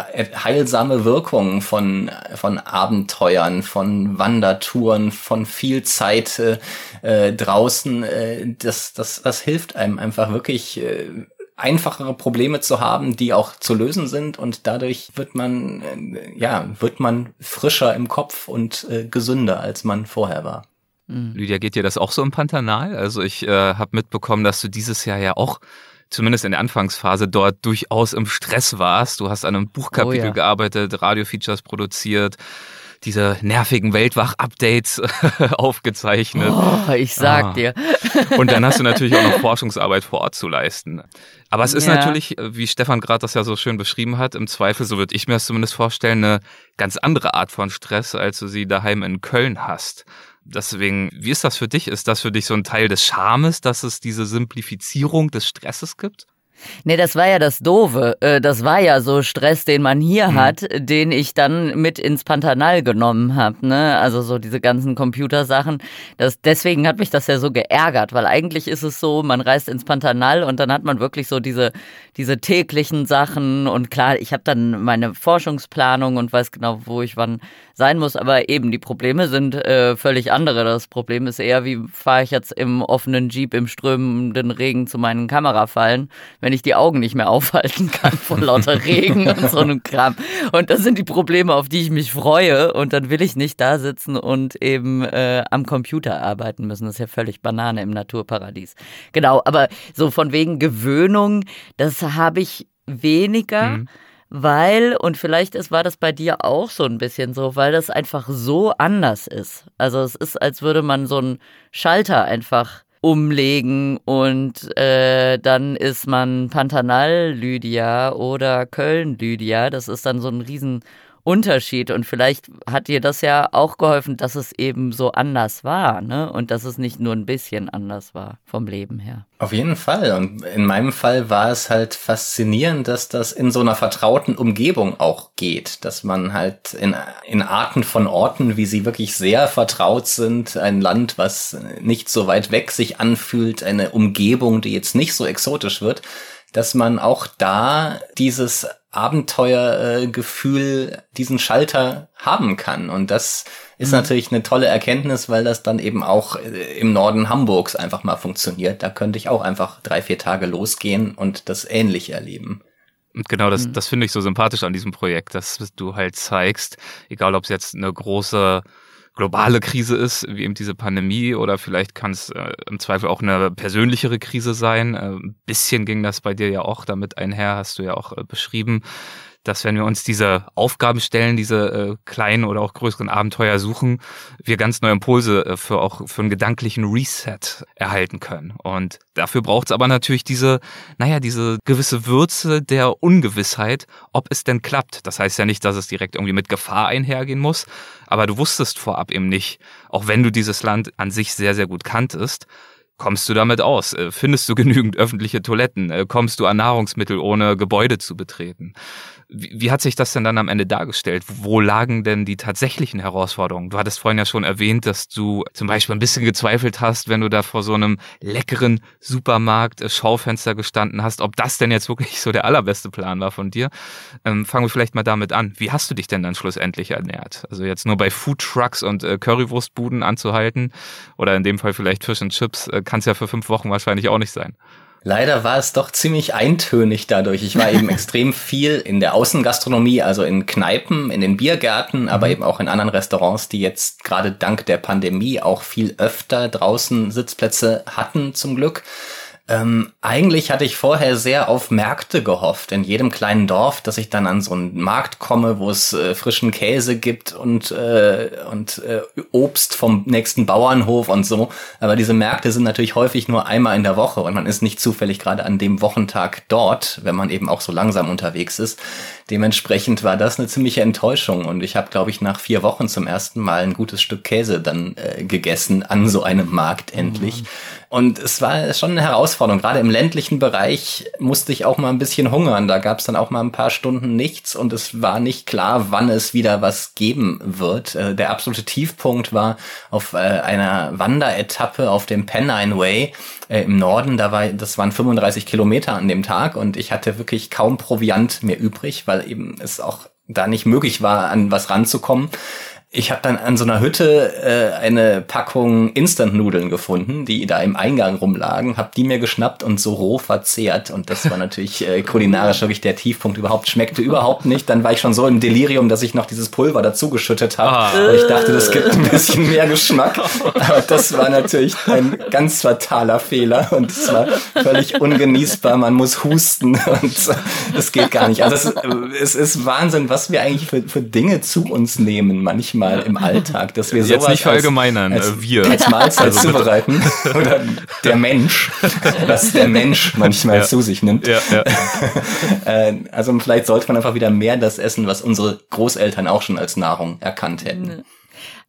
heilsame Wirkung von von Abenteuern, von Wandertouren, von viel Zeit äh, draußen. Äh, das das das hilft einem einfach wirklich äh, einfachere Probleme zu haben, die auch zu lösen sind, und dadurch wird man äh, ja wird man frischer im Kopf und äh, gesünder, als man vorher war. Lydia, geht dir das auch so im Pantanal? Also ich äh, habe mitbekommen, dass du dieses Jahr ja auch zumindest in der Anfangsphase dort durchaus im Stress warst. Du hast an einem Buchkapitel oh ja. gearbeitet, Radiofeatures produziert, diese nervigen Weltwach-Updates aufgezeichnet. Oh, ich sag ah. dir. Und dann hast du natürlich auch noch Forschungsarbeit vor Ort zu leisten. Aber es ist ja. natürlich, wie Stefan gerade das ja so schön beschrieben hat, im Zweifel, so würde ich mir das zumindest vorstellen, eine ganz andere Art von Stress, als du sie daheim in Köln hast. Deswegen, wie ist das für dich? Ist das für dich so ein Teil des Charmes, dass es diese Simplifizierung des Stresses gibt? Nee, das war ja das Doofe. Das war ja so Stress, den man hier mhm. hat, den ich dann mit ins Pantanal genommen habe. Ne? Also so diese ganzen Computersachen. Das, deswegen hat mich das ja so geärgert, weil eigentlich ist es so, man reist ins Pantanal und dann hat man wirklich so diese, diese täglichen Sachen. Und klar, ich habe dann meine Forschungsplanung und weiß genau, wo ich wann sein muss. Aber eben, die Probleme sind äh, völlig andere. Das Problem ist eher, wie fahre ich jetzt im offenen Jeep im strömenden Regen zu meinen Kamerafallen, wenn ich die Augen nicht mehr aufhalten kann vor lauter Regen und so einem Kram. Und das sind die Probleme, auf die ich mich freue. Und dann will ich nicht da sitzen und eben äh, am Computer arbeiten müssen. Das ist ja völlig Banane im Naturparadies. Genau, aber so von wegen Gewöhnung, das habe ich weniger. Mhm. Weil, und vielleicht ist, war das bei dir auch so ein bisschen so, weil das einfach so anders ist. Also es ist, als würde man so einen Schalter einfach umlegen und äh, dann ist man Pantanal-Lydia oder Köln-Lydia. Das ist dann so ein riesen Unterschied und vielleicht hat dir das ja auch geholfen, dass es eben so anders war, ne? Und dass es nicht nur ein bisschen anders war vom Leben her. Auf jeden Fall. Und in meinem Fall war es halt faszinierend, dass das in so einer vertrauten Umgebung auch geht, dass man halt in, in Arten von Orten, wie sie wirklich sehr vertraut sind, ein Land, was nicht so weit weg sich anfühlt, eine Umgebung, die jetzt nicht so exotisch wird, dass man auch da dieses Abenteuergefühl, äh, diesen Schalter haben kann. Und das ist mhm. natürlich eine tolle Erkenntnis, weil das dann eben auch äh, im Norden Hamburgs einfach mal funktioniert. Da könnte ich auch einfach drei, vier Tage losgehen und das ähnlich erleben. Und genau, das, mhm. das finde ich so sympathisch an diesem Projekt, dass du halt zeigst, egal ob es jetzt eine große globale Krise ist, wie eben diese Pandemie, oder vielleicht kann es äh, im Zweifel auch eine persönlichere Krise sein. Äh, ein bisschen ging das bei dir ja auch damit einher, hast du ja auch äh, beschrieben, dass wenn wir uns diese Aufgaben stellen, diese äh, kleinen oder auch größeren Abenteuer suchen, wir ganz neue Impulse äh, für auch für einen gedanklichen Reset erhalten können. Und dafür braucht es aber natürlich diese, naja, diese gewisse Würze der Ungewissheit, ob es denn klappt. Das heißt ja nicht, dass es direkt irgendwie mit Gefahr einhergehen muss, aber du wusstest vorab eben nicht, auch wenn du dieses Land an sich sehr, sehr gut kanntest, kommst du damit aus? Findest du genügend öffentliche Toiletten? Kommst du an Nahrungsmittel, ohne Gebäude zu betreten? Wie, wie hat sich das denn dann am Ende dargestellt? Wo lagen denn die tatsächlichen Herausforderungen? Du hattest vorhin ja schon erwähnt, dass du zum Beispiel ein bisschen gezweifelt hast, wenn du da vor so einem leckeren Supermarkt-Schaufenster gestanden hast, ob das denn jetzt wirklich so der allerbeste Plan war von dir. Ähm, fangen wir vielleicht mal damit an. Wie hast du dich denn dann schlussendlich ernährt? Also jetzt nur bei Foodtrucks und äh, Currywurstbuden anzuhalten oder in dem Fall vielleicht Fish and Chips, äh, kann es ja für fünf Wochen wahrscheinlich auch nicht sein. Leider war es doch ziemlich eintönig dadurch. Ich war eben extrem viel in der Außengastronomie, also in Kneipen, in den Biergärten, aber eben auch in anderen Restaurants, die jetzt gerade dank der Pandemie auch viel öfter draußen Sitzplätze hatten, zum Glück. Ähm, eigentlich hatte ich vorher sehr auf Märkte gehofft, in jedem kleinen Dorf, dass ich dann an so einen Markt komme, wo es äh, frischen Käse gibt und äh, und äh, Obst vom nächsten Bauernhof und so. Aber diese Märkte sind natürlich häufig nur einmal in der Woche und man ist nicht zufällig gerade an dem Wochentag dort, wenn man eben auch so langsam unterwegs ist. Dementsprechend war das eine ziemliche Enttäuschung und ich habe, glaube ich, nach vier Wochen zum ersten Mal ein gutes Stück Käse dann äh, gegessen an so einem Markt endlich. Mhm. Und es war schon eine Herausforderung. Gerade im ländlichen Bereich musste ich auch mal ein bisschen hungern. Da gab es dann auch mal ein paar Stunden nichts und es war nicht klar, wann es wieder was geben wird. Der absolute Tiefpunkt war auf einer Wanderetappe auf dem Pennine Way im Norden. Da war, das waren fünfunddreißig Kilometer an dem Tag und ich hatte wirklich kaum Proviant mehr übrig, weil eben es auch da nicht möglich war, an was ranzukommen. Ich habe dann an so einer Hütte äh, eine Packung Instant-Nudeln gefunden, die da im Eingang rumlagen, habe die mir geschnappt und so roh verzehrt und das war natürlich äh, kulinarisch wirklich der Tiefpunkt überhaupt, schmeckte überhaupt nicht. Dann war ich schon so im Delirium, dass ich noch dieses Pulver dazugeschüttet habe, ah. weil ich dachte, das gibt ein bisschen mehr Geschmack, aber das war natürlich ein ganz fataler Fehler und es war völlig ungenießbar, man muss husten und das geht gar nicht. Also es, es ist Wahnsinn, was wir eigentlich für, für Dinge zu uns nehmen manchmal im Alltag, dass wir sowas jetzt nicht verallgemeinern, als, als, wir als Mahlzeit also zubereiten oder der Mensch, was der Mensch manchmal ja. zu sich nimmt. Ja, ja. Also vielleicht sollte man einfach wieder mehr das essen, was unsere Großeltern auch schon als Nahrung erkannt hätten.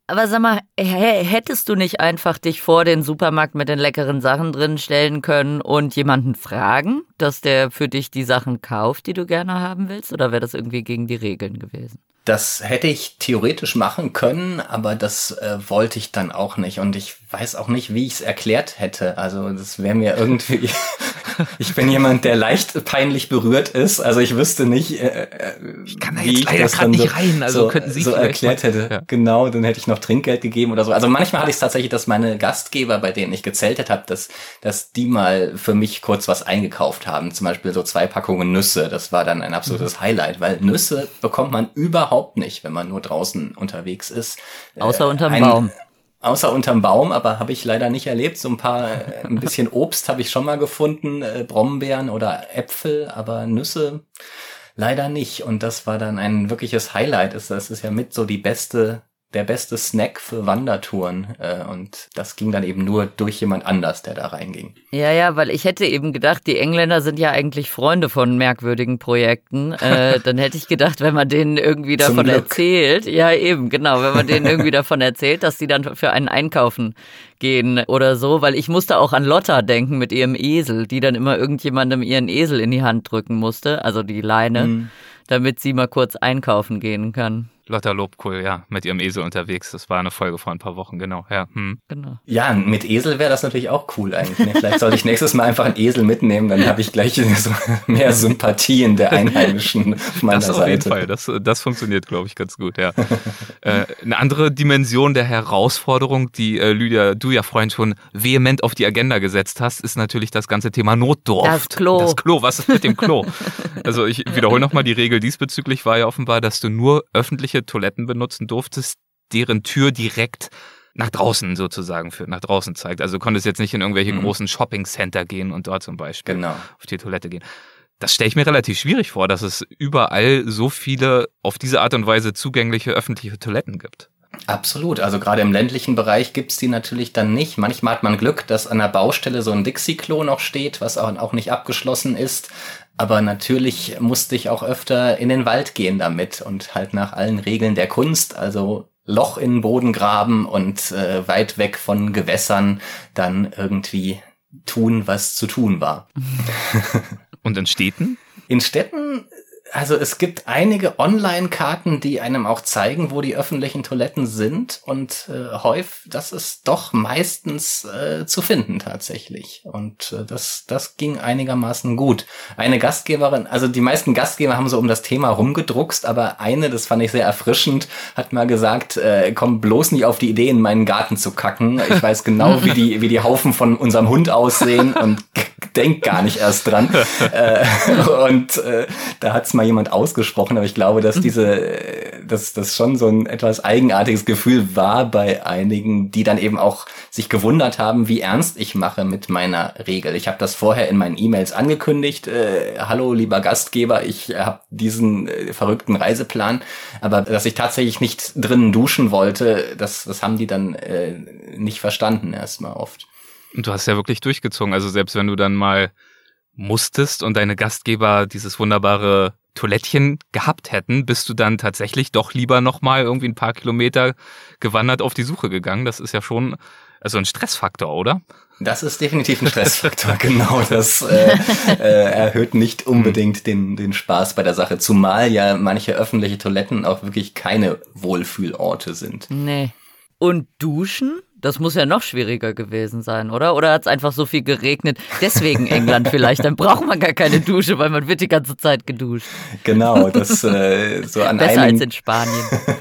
Aber sag mal, hättest du nicht einfach dich vor den Supermarkt mit den leckeren Sachen drin stellen können und jemanden fragen, dass der für dich die Sachen kauft, die du gerne haben willst? Oder wäre das irgendwie gegen die Regeln gewesen? Das hätte ich theoretisch machen können, aber das äh, wollte ich dann auch nicht. Und ich weiß auch nicht, wie ich es erklärt hätte. Also das wäre mir irgendwie... Ich bin jemand, der leicht peinlich berührt ist. Also ich wüsste nicht, äh, ich kann da wie jetzt ich leider das gerade dann nicht so, rein. Also so, könnten Sie so erklärt mal, hätte. Ja. Genau, dann hätte ich noch Trinkgeld gegeben oder so. Also manchmal hatte ich es tatsächlich, dass meine Gastgeber, bei denen ich gezeltet habe, dass, dass die mal für mich kurz was eingekauft haben. Zum Beispiel so zwei Packungen Nüsse. Das war dann ein absolutes mhm. Highlight, weil Nüsse bekommt man überhaupt nicht, wenn man nur draußen unterwegs ist. Außer unterm ein, Baum. Außer unterm Baum, aber habe ich leider nicht erlebt. So ein paar, ein bisschen Obst habe ich schon mal gefunden, äh, Brombeeren oder Äpfel, aber Nüsse leider nicht. Und das war dann ein wirkliches Highlight. Das ist ja mit so die beste, der beste Snack für Wandertouren. Äh, und das ging dann eben nur durch jemand anders, der da reinging. Ja, ja, weil ich hätte eben gedacht, die Engländer sind ja eigentlich Freunde von merkwürdigen Projekten. Äh, dann hätte ich gedacht, wenn man denen irgendwie davon erzählt, ja eben, genau, wenn man denen irgendwie davon erzählt, dass die dann für einen einkaufen gehen oder so, weil ich musste auch an Lotta denken mit ihrem Esel, die dann immer irgendjemandem ihren Esel in die Hand drücken musste, also die Leine, mhm. damit sie mal kurz einkaufen gehen kann. Lotta Lobkohl, ja, mit ihrem Esel unterwegs. Das war eine Folge vor ein paar Wochen, genau. Ja, hm. genau. Ja, mit Esel wäre das natürlich auch cool eigentlich. Vielleicht sollte ich nächstes Mal einfach einen Esel mitnehmen, dann habe ich gleich so mehr Sympathien der Einheimischen auf meiner Seite. Das auf jeden Fall, das, das funktioniert, glaube ich, ganz gut, ja. äh, eine andere Dimension der Herausforderung, die äh, Lydia, du ja vorhin schon vehement auf die Agenda gesetzt hast, ist natürlich das ganze Thema Notdurft. Das Klo. Das Klo, was ist mit dem Klo? Also ich wiederhole nochmal, die Regel diesbezüglich war ja offenbar, dass du nur öffentliche Toiletten benutzen durftest, deren Tür direkt nach draußen sozusagen führt, nach draußen zeigt. Also du konntest jetzt nicht in irgendwelche mhm. großen Shopping-Center gehen und dort zum Beispiel genau. auf die Toilette gehen. Das stelle ich mir relativ schwierig vor, dass es überall so viele auf diese Art und Weise zugängliche öffentliche Toiletten gibt. Absolut, also gerade im ländlichen Bereich gibt's die natürlich dann nicht. Manchmal hat man Glück, dass an der Baustelle so ein Dixie-Klo noch steht, was auch nicht abgeschlossen ist. Aber natürlich musste ich auch öfter in den Wald gehen damit und halt nach allen Regeln der Kunst, also Loch in den Boden graben und äh, weit weg von Gewässern dann irgendwie tun, was zu tun war. Und in Städten? In Städten... Also es gibt einige Online-Karten, die einem auch zeigen, wo die öffentlichen Toiletten sind und äh, häufig, das ist doch meistens äh, zu finden tatsächlich und äh, das das ging einigermaßen gut. Eine Gastgeberin, also die meisten Gastgeber haben so um das Thema rumgedruckst, aber eine, das fand ich sehr erfrischend, hat mal gesagt, äh, komm bloß nicht auf die Idee, in meinen Garten zu kacken. Ich weiß genau, wie die wie die Haufen von unserem Hund aussehen und denk gar nicht erst dran. äh, und äh, da hat's mal jemand ausgesprochen, aber ich glaube, dass diese, dass das schon so ein etwas eigenartiges Gefühl war bei einigen, die dann eben auch sich gewundert haben, wie ernst ich mache mit meiner Regel. Ich habe das vorher in meinen E-Mails angekündigt. Äh, hallo, lieber Gastgeber, ich habe diesen äh, verrückten Reiseplan, aber dass ich tatsächlich nicht drinnen duschen wollte, das, das haben die dann äh, nicht verstanden erstmal oft. Und du hast ja wirklich durchgezogen. Also selbst wenn du dann mal musstest und deine Gastgeber dieses wunderbare Toilettchen gehabt hätten, bist du dann tatsächlich doch lieber nochmal irgendwie ein paar Kilometer gewandert auf die Suche gegangen. Das ist ja schon also ein Stressfaktor, oder? Das ist definitiv ein Stressfaktor, genau. Das äh, äh, erhöht nicht unbedingt den, den Spaß bei der Sache. Zumal ja manche öffentliche Toiletten auch wirklich keine Wohlfühlorte sind. Nee. Und duschen? Das muss ja noch schwieriger gewesen sein, oder? Oder hat es einfach so viel geregnet? Deswegen England vielleicht. Dann braucht man gar keine Dusche, weil man wird die ganze Zeit geduscht. Genau, das äh, so an Besser einigen... als in Spanien.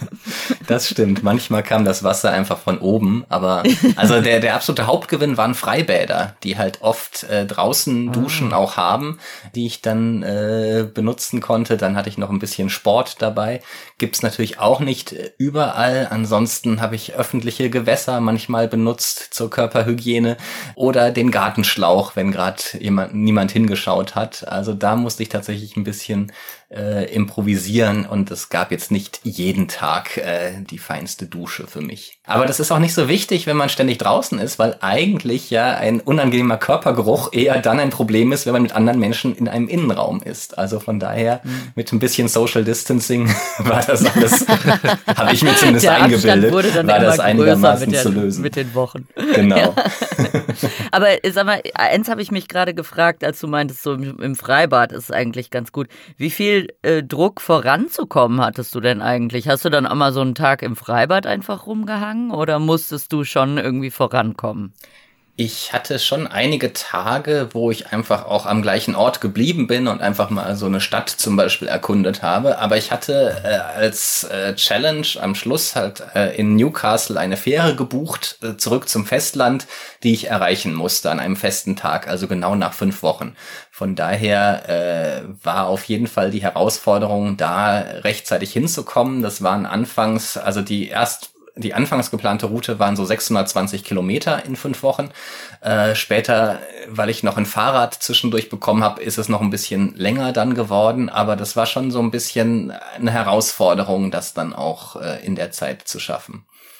Das stimmt. Manchmal kam das Wasser einfach von oben. Aber also der, der absolute Hauptgewinn waren Freibäder, die halt oft äh, draußen Duschen ah. auch haben, die ich dann äh, benutzen konnte. Dann hatte ich noch ein bisschen Sport dabei. Gibt's natürlich auch nicht überall. Ansonsten habe ich öffentliche Gewässer manchmal benutzt zur Körperhygiene oder den Gartenschlauch, wenn gerade jemand niemand hingeschaut hat. Also da musste ich tatsächlich ein bisschen äh, improvisieren und es gab jetzt nicht jeden Tag äh, die feinste Dusche für mich. Aber das ist auch nicht so wichtig, wenn man ständig draußen ist, weil eigentlich ja ein unangenehmer Körpergeruch eher dann ein Problem ist, wenn man mit anderen Menschen in einem Innenraum ist. Also von daher mit ein bisschen Social Distancing war das alles, habe ich mir zumindest Der eingebildet, wurde dann war das einigermaßen mit der, zu lösen. Mit den Wochen. Genau. Ja. Aber sag mal, eins habe ich mich gerade gefragt, als du meintest, so im, im Freibad ist es eigentlich ganz gut. Wie viel äh, Druck voranzukommen hattest du denn eigentlich? Hast du dann auch mal so einen Tag im Freibad einfach rumgehangen oder musstest du schon irgendwie vorankommen? Ich hatte schon einige Tage, wo ich einfach auch am gleichen Ort geblieben bin und einfach mal so eine Stadt zum Beispiel erkundet habe. Aber ich hatte äh, als äh, Challenge am Schluss halt äh, in Newcastle eine Fähre gebucht, äh, zurück zum Festland, die ich erreichen musste an einem festen Tag, also genau nach fünf Wochen. Von daher äh, war auf jeden Fall die Herausforderung, da rechtzeitig hinzukommen. Das waren anfangs, also die erst Die anfangs geplante Route waren so sechshundertzwanzig Kilometer in fünf Wochen. Äh, später, weil ich noch ein Fahrrad zwischendurch bekommen habe, ist es noch ein bisschen länger dann geworden. Aber das war schon so ein bisschen eine Herausforderung, das dann auch äh, in der Zeit zu schaffen.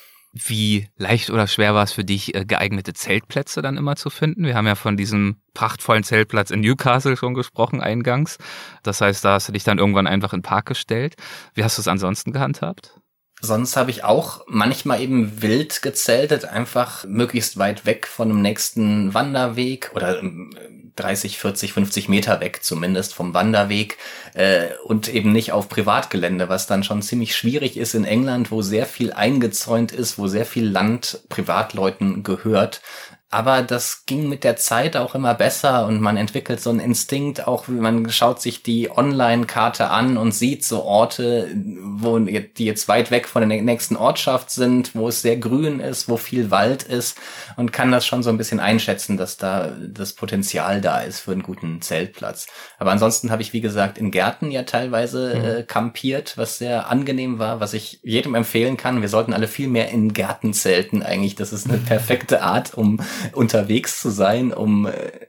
Wie leicht oder schwer war es für dich, geeignete Zeltplätze dann immer zu finden? Wir haben ja von diesem prachtvollen Zeltplatz in Newcastle schon gesprochen eingangs. Das heißt, da hast du dich dann irgendwann einfach in den Park gestellt. Wie hast du es ansonsten gehandhabt? Sonst habe ich auch manchmal eben wild gezeltet, einfach möglichst weit weg von dem nächsten Wanderweg oder dreißig, vierzig, fünfzig Meter weg zumindest vom Wanderweg äh, und eben nicht auf Privatgelände, was dann schon ziemlich schwierig ist in England, wo sehr viel eingezäunt ist, wo sehr viel Land Privatleuten gehört. Aber das ging mit der Zeit auch immer besser und man entwickelt so einen Instinkt, auch man schaut sich die Online-Karte an und sieht so Orte, wo die jetzt weit weg von der nächsten Ortschaft sind, wo es sehr grün ist, wo viel Wald ist und kann das schon so ein bisschen einschätzen, dass da das Potenzial da ist für einen guten Zeltplatz. Aber ansonsten habe ich, wie gesagt, in Gärten ja teilweise mhm. äh, kampiert, was sehr angenehm war, was ich jedem empfehlen kann. Wir sollten alle viel mehr in Gärten zelten eigentlich. Das ist eine perfekte Art, um unterwegs zu sein, um äh,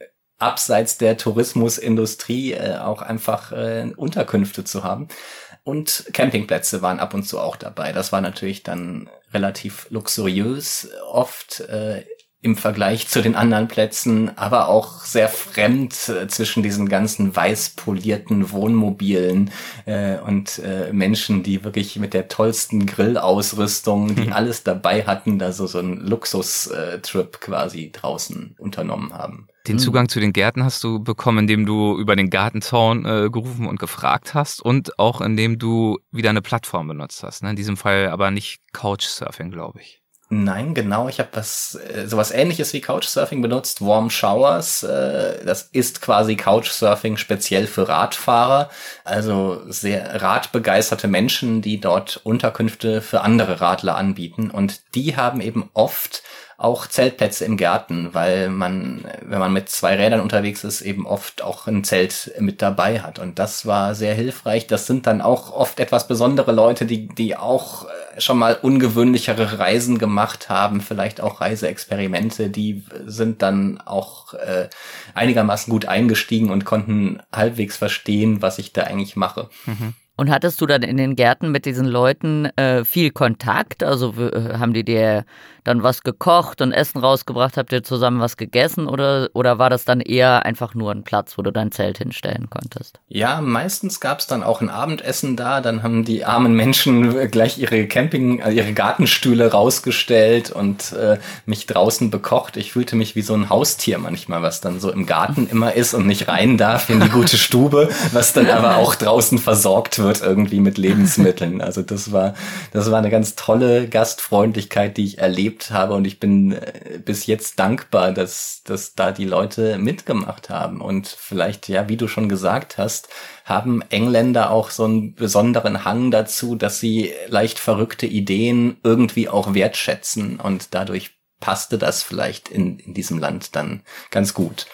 abseits der Tourismusindustrie äh, auch einfach äh, Unterkünfte zu haben. Und Campingplätze waren ab und zu auch dabei. Das war natürlich dann relativ luxuriös oft äh, im Vergleich zu den anderen Plätzen, aber auch sehr fremd äh, zwischen diesen ganzen weiß polierten Wohnmobilen äh, und äh, Menschen, die wirklich mit der tollsten Grillausrüstung, die mhm. alles dabei hatten, da so, so einen Luxustrip quasi draußen unternommen haben. Den Zugang zu den Gärten hast du bekommen, indem du über den Gartenzaun äh, gerufen und gefragt hast und auch indem du wieder eine Plattform benutzt hast. Ne? In diesem Fall aber nicht Couchsurfing, glaube ich. Nein, genau. Ich habe was äh, sowas Ähnliches wie Couchsurfing benutzt. Warm Showers. Äh, das ist quasi Couchsurfing speziell für Radfahrer. Also sehr radbegeisterte Menschen, die dort Unterkünfte für andere Radler anbieten. Und die haben eben oft auch Zeltplätze im Garten, weil man, wenn man mit zwei Rädern unterwegs ist, eben oft auch ein Zelt mit dabei hat. Und das war sehr hilfreich. Das sind dann auch oft etwas besondere Leute, die, die auch schon mal ungewöhnlichere Reisen gemacht haben, vielleicht auch Reiseexperimente. Die sind dann auch äh, einigermaßen gut eingestiegen und konnten halbwegs verstehen, was ich da eigentlich mache. Mhm. Und hattest du dann in den Gärten mit diesen Leuten äh, viel Kontakt? Also äh, haben die dir dann was gekocht und Essen rausgebracht? Habt ihr zusammen was gegessen? Oder, oder war das dann eher einfach nur ein Platz, wo du dein Zelt hinstellen konntest? Ja, meistens gab es dann auch ein Abendessen da. Dann haben die armen Menschen gleich ihre Camping, äh, ihre Gartenstühle rausgestellt und äh, mich draußen bekocht. Ich fühlte mich wie so ein Haustier manchmal, was dann so im Garten immer ist und nicht rein darf in die gute Stube, was dann aber auch draußen versorgt wird. Wird irgendwie mit Lebensmitteln. Also das war, das war eine ganz tolle Gastfreundlichkeit, die ich erlebt habe und ich bin äh, bis jetzt dankbar, dass, dass da die Leute mitgemacht haben und vielleicht, ja, wie du schon gesagt hast, haben Engländer auch so einen besonderen Hang dazu, dass sie leicht verrückte Ideen irgendwie auch wertschätzen und dadurch passte das vielleicht in, in diesem Land dann ganz gut.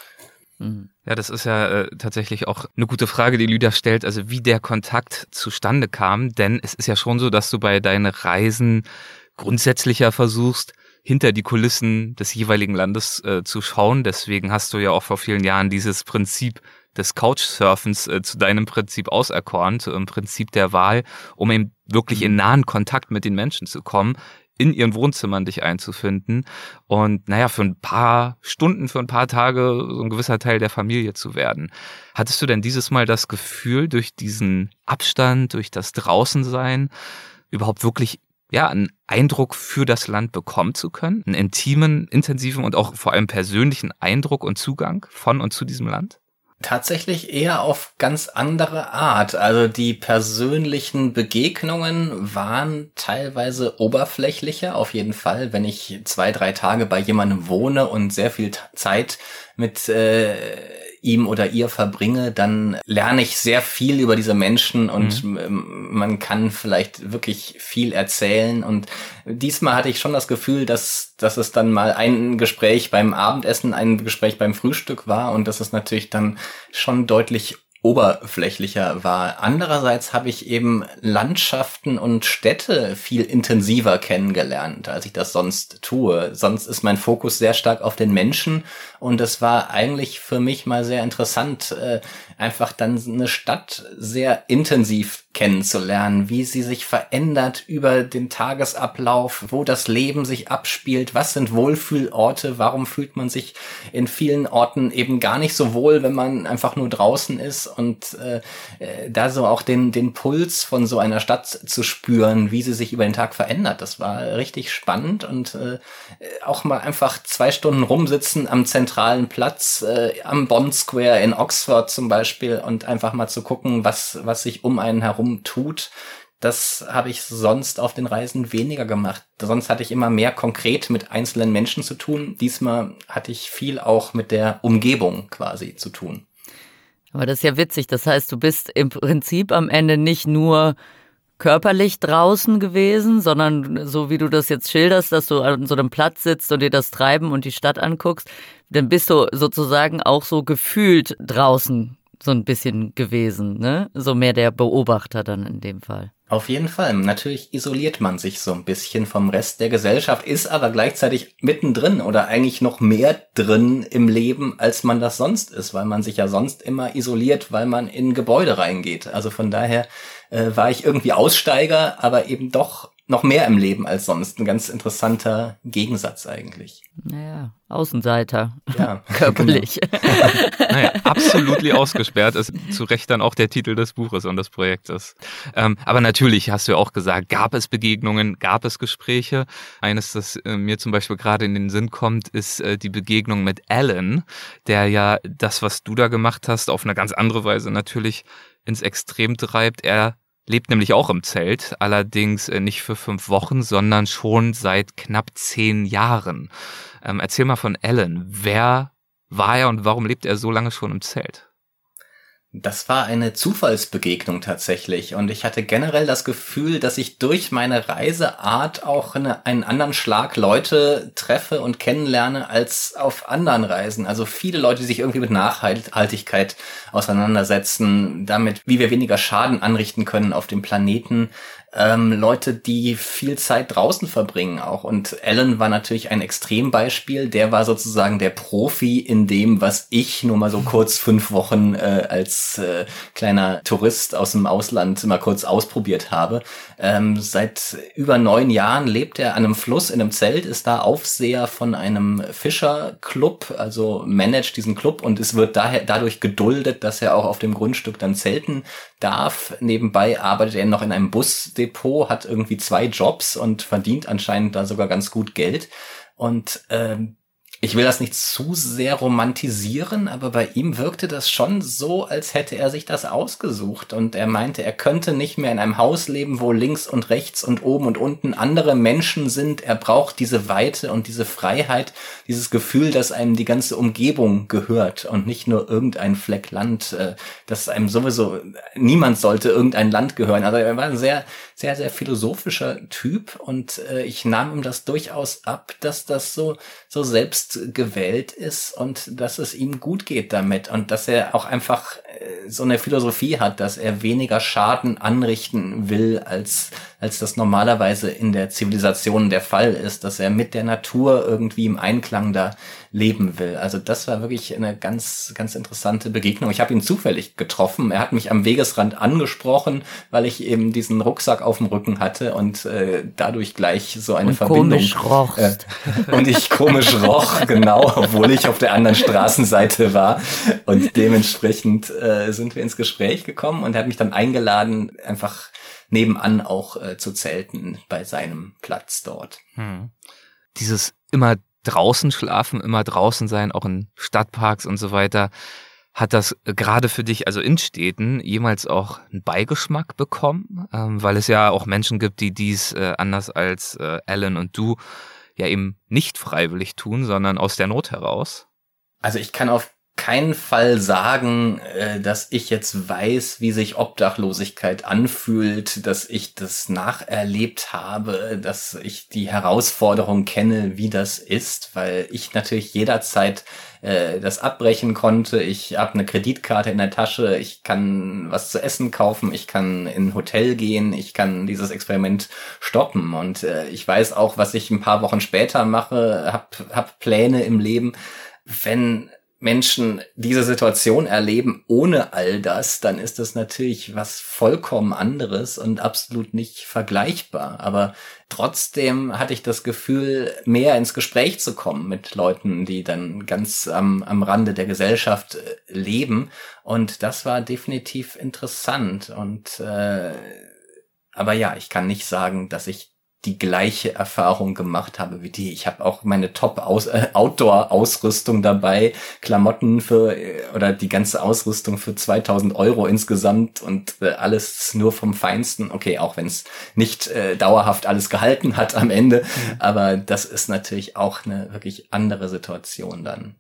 Ja, das ist ja äh, tatsächlich auch eine gute Frage, die Lydia stellt, also wie der Kontakt zustande kam, denn es ist ja schon so, dass du bei deinen Reisen grundsätzlicher versuchst, hinter die Kulissen des jeweiligen Landes äh, zu schauen. Deswegen hast du ja auch vor vielen Jahren dieses Prinzip des Couchsurfens äh, zu deinem Prinzip auserkoren, im Prinzip der Wahl, um eben wirklich in nahen Kontakt mit den Menschen zu kommen, in ihren Wohnzimmern dich einzufinden und naja, für ein paar Stunden, für ein paar Tage so ein gewisser Teil der Familie zu werden. Hattest du denn dieses Mal das Gefühl, durch diesen Abstand, durch das Draußensein, überhaupt wirklich ja, einen Eindruck für das Land bekommen zu können? Einen intimen, intensiven und auch vor allem persönlichen Eindruck und Zugang von und zu diesem Land? Tatsächlich eher auf ganz andere Art. Also die persönlichen Begegnungen waren teilweise oberflächlicher, auf jeden Fall. Wenn ich zwei, drei Tage bei jemandem wohne und sehr viel Zeit mit äh, ihm oder ihr verbringe, dann lerne ich sehr viel über diese Menschen und mhm. man kann vielleicht wirklich viel erzählen. Und diesmal hatte ich schon das Gefühl, dass, dass es dann mal ein Gespräch beim Abendessen, ein Gespräch beim Frühstück war und dass es natürlich dann schon deutlich oberflächlicher war. Andererseits habe ich eben Landschaften und Städte viel intensiver kennengelernt, als ich das sonst tue. Sonst ist mein Fokus sehr stark auf den Menschen und es war eigentlich für mich mal sehr interessant, äh, einfach dann eine Stadt sehr intensiv kennenzulernen, wie sie sich verändert über den Tagesablauf, wo das Leben sich abspielt, was sind Wohlfühlorte, warum fühlt man sich in vielen Orten eben gar nicht so wohl, wenn man einfach nur draußen ist und äh, da so auch den den Puls von so einer Stadt zu spüren, wie sie sich über den Tag verändert. Das war richtig spannend und äh, auch mal einfach zwei Stunden rumsitzen am zentralen Platz, äh, am Bond Square in Oxford zum Beispiel und einfach mal zu gucken, was was sich um einen herum tut. Das habe ich sonst auf den Reisen weniger gemacht. Sonst hatte ich immer mehr konkret mit einzelnen Menschen zu tun. Diesmal hatte ich viel auch mit der Umgebung quasi zu tun. Aber das ist ja witzig. Das heißt, du bist im Prinzip am Ende nicht nur körperlich draußen gewesen, sondern so wie du das jetzt schilderst, dass du an so einem Platz sitzt und dir das Treiben und die Stadt anguckst, dann bist du sozusagen auch so gefühlt draußen so ein bisschen gewesen, ne? So mehr der Beobachter dann in dem Fall. Auf jeden Fall. Natürlich isoliert man sich so ein bisschen vom Rest der Gesellschaft, ist aber gleichzeitig mittendrin oder eigentlich noch mehr drin im Leben, als man das sonst ist, weil man sich ja sonst immer isoliert, weil man in Gebäude reingeht. Also von daher äh, war ich irgendwie Aussteiger, aber eben doch noch mehr im Leben als sonst. Ein ganz interessanter Gegensatz eigentlich. Naja, Außenseiter. Ja, körperlich. Genau. Naja, absolut ausgesperrt ist zu Recht dann auch der Titel des Buches und des Projektes. Ähm, aber natürlich hast du ja auch gesagt, gab es Begegnungen, gab es Gespräche. Eines, das äh, mir zum Beispiel gerade in den Sinn kommt, ist äh, die Begegnung mit Alan, der ja das, was du da gemacht hast, auf eine ganz andere Weise natürlich ins Extrem treibt. Er lebt nämlich auch im Zelt, allerdings nicht für fünf Wochen, sondern schon seit knapp zehn Jahren. Ähm, erzähl mal von Alan. Wer war er und warum lebt er so lange schon im Zelt? Das war eine Zufallsbegegnung tatsächlich und ich hatte generell das Gefühl, dass ich durch meine Reiseart auch eine, einen anderen Schlag Leute treffe und kennenlerne als auf anderen Reisen. Also viele Leute, die sich irgendwie mit Nachhaltigkeit auseinandersetzen, damit, wie wir weniger Schaden anrichten können auf dem Planeten. Ähm, Leute, die viel Zeit draußen verbringen auch. Und Alan war natürlich ein Extrembeispiel. Der war sozusagen der Profi in dem, was ich nur mal so kurz fünf Wochen äh, als äh, kleiner Tourist aus dem Ausland mal kurz ausprobiert habe. Ähm, seit über neun Jahren lebt er an einem Fluss in einem Zelt, ist da Aufseher von einem Fischerclub, also managt diesen Club und es wird daher dadurch geduldet, dass er auch auf dem Grundstück dann zelten darf. Nebenbei arbeitet er noch in einem Busdepot, hat irgendwie zwei Jobs und verdient anscheinend da sogar ganz gut Geld. Und ähm, ich will das nicht zu sehr romantisieren, aber bei ihm wirkte das schon so, als hätte er sich das ausgesucht. Und er meinte, er könnte nicht mehr in einem Haus leben, wo links und rechts und oben und unten andere Menschen sind. Er braucht diese Weite und diese Freiheit, dieses Gefühl, dass einem die ganze Umgebung gehört und nicht nur irgendein Fleck Land, dass einem sowieso, niemand sollte irgendein Land gehören. Also er war ein sehr, sehr, sehr philosophischer Typ und ich nahm ihm das durchaus ab, dass das so, so selbst gewählt ist und dass es ihm gut geht damit und dass er auch einfach so eine Philosophie hat, dass er weniger Schaden anrichten will, als als das normalerweise in der Zivilisation der Fall ist, dass er mit der Natur irgendwie im Einklang da leben will. Also das war wirklich eine ganz, ganz interessante Begegnung. Ich habe ihn zufällig getroffen. Er hat mich am Wegesrand angesprochen, weil ich eben diesen Rucksack auf dem Rücken hatte und äh, dadurch gleich so eine und Verbindung. Komisch rochst. Äh, und ich komisch roch, genau, obwohl ich auf der anderen Straßenseite war. Und dementsprechend äh, sind wir ins Gespräch gekommen und er hat mich dann eingeladen, einfach nebenan auch äh, zu zelten bei seinem Platz dort. Hm. Dieses immer draußen schlafen, immer draußen sein, auch in Stadtparks und so weiter, hat das gerade für dich, also in Städten, jemals auch einen Beigeschmack bekommen? Ähm, weil es ja auch Menschen gibt, die dies äh, anders als äh, Alan und du ja eben nicht freiwillig tun, sondern aus der Not heraus. Also ich kann auf keinen Fall sagen, äh, dass ich jetzt weiß, wie sich Obdachlosigkeit anfühlt, dass ich das nacherlebt habe, dass ich die Herausforderung kenne, wie das ist, weil ich natürlich jederzeit äh, das abbrechen konnte. Ich habe eine Kreditkarte in der Tasche, ich kann was zu essen kaufen, ich kann in ein Hotel gehen, ich kann dieses Experiment stoppen und äh, ich weiß auch, was ich ein paar Wochen später mache, hab, hab Pläne im Leben. Wenn Menschen diese Situation erleben ohne all das, dann ist das natürlich was vollkommen anderes und absolut nicht vergleichbar. Aber trotzdem hatte ich das Gefühl, mehr ins Gespräch zu kommen mit Leuten, die dann ganz am, am Rande der Gesellschaft leben. Und das war definitiv interessant. Und äh, aber ja, ich kann nicht sagen, dass ich die gleiche Erfahrung gemacht habe wie die. Ich habe auch meine Top-Outdoor-Ausrüstung dabei, Klamotten für oder die ganze Ausrüstung für zweitausend Euro insgesamt und äh, alles nur vom Feinsten. Okay, auch wenn es nicht äh, dauerhaft alles gehalten hat am Ende, mhm. aber das ist natürlich auch eine wirklich andere Situation dann.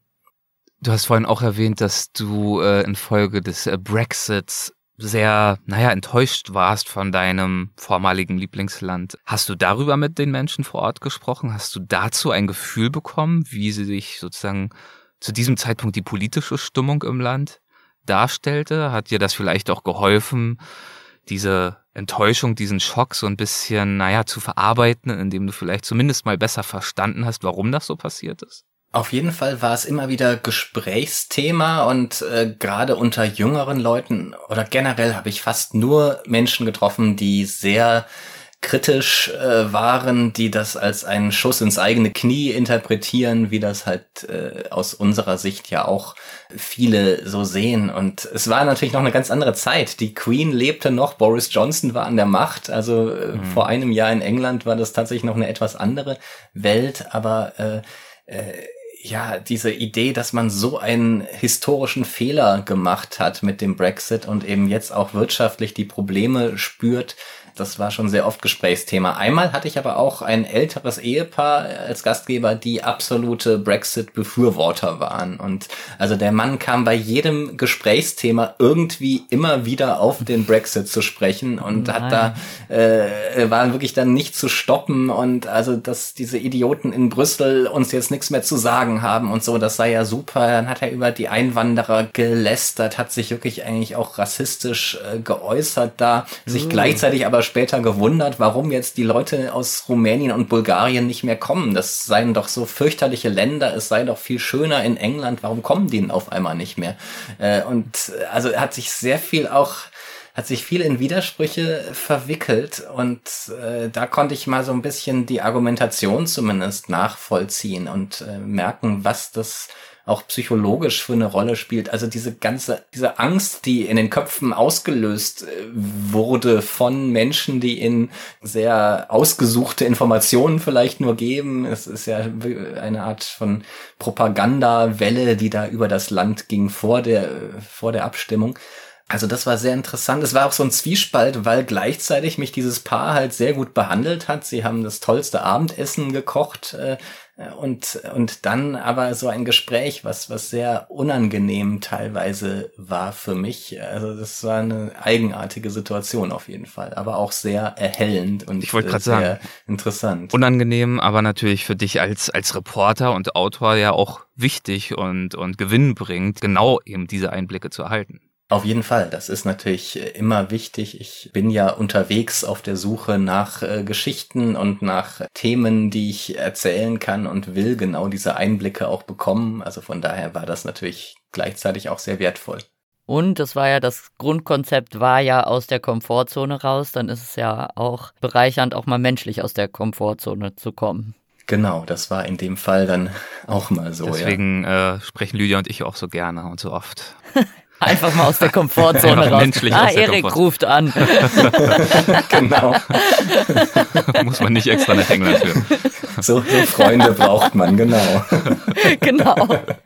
Du hast vorhin auch erwähnt, dass du äh, infolge des äh, Brexits sehr, naja, enttäuscht warst von deinem vormaligen Lieblingsland. Hast du darüber mit den Menschen vor Ort gesprochen? Hast du dazu ein Gefühl bekommen, wie sie sich sozusagen zu diesem Zeitpunkt die politische Stimmung im Land darstellte? Hat dir das vielleicht auch geholfen, diese Enttäuschung, diesen Schock so ein bisschen, naja, zu verarbeiten, indem du vielleicht zumindest mal besser verstanden hast, warum das so passiert ist? Auf jeden Fall war es immer wieder Gesprächsthema und äh, gerade unter jüngeren Leuten oder generell habe ich fast nur Menschen getroffen, die sehr kritisch äh, waren, die das als einen Schuss ins eigene Knie interpretieren, wie das halt äh, aus unserer Sicht ja auch viele so sehen. Und es war natürlich noch eine ganz andere Zeit. Die Queen lebte noch, Boris Johnson war an der Macht. Also äh, mhm. vor einem Jahr in England war das tatsächlich noch eine etwas andere Welt, aber äh, äh, ja, diese Idee, dass man so einen historischen Fehler gemacht hat mit dem Brexit und eben jetzt auch wirtschaftlich die Probleme spürt, das war schon sehr oft Gesprächsthema. Einmal hatte ich aber auch ein älteres Ehepaar als Gastgeber, die absolute Brexit-Befürworter waren. Und also der Mann kam bei jedem Gesprächsthema irgendwie immer wieder auf den Brexit zu sprechen und Nein. hat da, äh, war wirklich dann nicht zu stoppen. Und also, dass diese Idioten in Brüssel uns jetzt nichts mehr zu sagen haben und so, das sei ja super. Dann hat er über die Einwanderer gelästert, hat sich wirklich eigentlich auch rassistisch äh, geäußert da, sich uh. gleichzeitig aber später gewundert, warum jetzt die Leute aus Rumänien und Bulgarien nicht mehr kommen. Das seien doch so fürchterliche Länder, es sei doch viel schöner in England, warum kommen die denn auf einmal nicht mehr? Äh, und also er hat sich sehr viel auch, hat sich viel in Widersprüche verwickelt und äh, da konnte ich mal so ein bisschen die Argumentation zumindest nachvollziehen und äh, merken, was das auch psychologisch für eine Rolle spielt. Also diese ganze, diese Angst, die in den Köpfen ausgelöst wurde von Menschen, die ihnen sehr ausgesuchte Informationen vielleicht nur geben. Es ist ja eine Art von Propagandawelle, die da über das Land ging vor der, vor der Abstimmung. Also das war sehr interessant. Es war auch so ein Zwiespalt, weil gleichzeitig mich dieses Paar halt sehr gut behandelt hat. Sie haben das tollste Abendessen gekocht äh, und und dann aber so ein Gespräch, was was sehr unangenehm teilweise war für mich. Also das war eine eigenartige Situation auf jeden Fall, aber auch sehr erhellend und ich wollte gerade sehr sagen, interessant. Unangenehm, aber natürlich für dich als als Reporter und Autor ja auch wichtig und und gewinnbringend, genau eben diese Einblicke zu erhalten. Auf jeden Fall, das ist natürlich immer wichtig. Ich bin ja unterwegs auf der Suche nach äh, Geschichten und nach Themen, die ich erzählen kann und will genau diese Einblicke auch bekommen. Also von daher war das natürlich gleichzeitig auch sehr wertvoll. Und das war ja, das Grundkonzept war ja aus der Komfortzone raus. Dann ist es ja auch bereichernd, auch mal menschlich aus der Komfortzone zu kommen. Genau, das war in dem Fall dann auch mal so. Deswegen ja. äh, sprechen Lydia und ich auch so gerne und so oft. Einfach mal aus der Komfortzone raus. Menschlich ah, aus der Erik Komfort- ruft an. Genau. Muss man nicht extra nach England für. So, so Freunde braucht man, genau. Genau.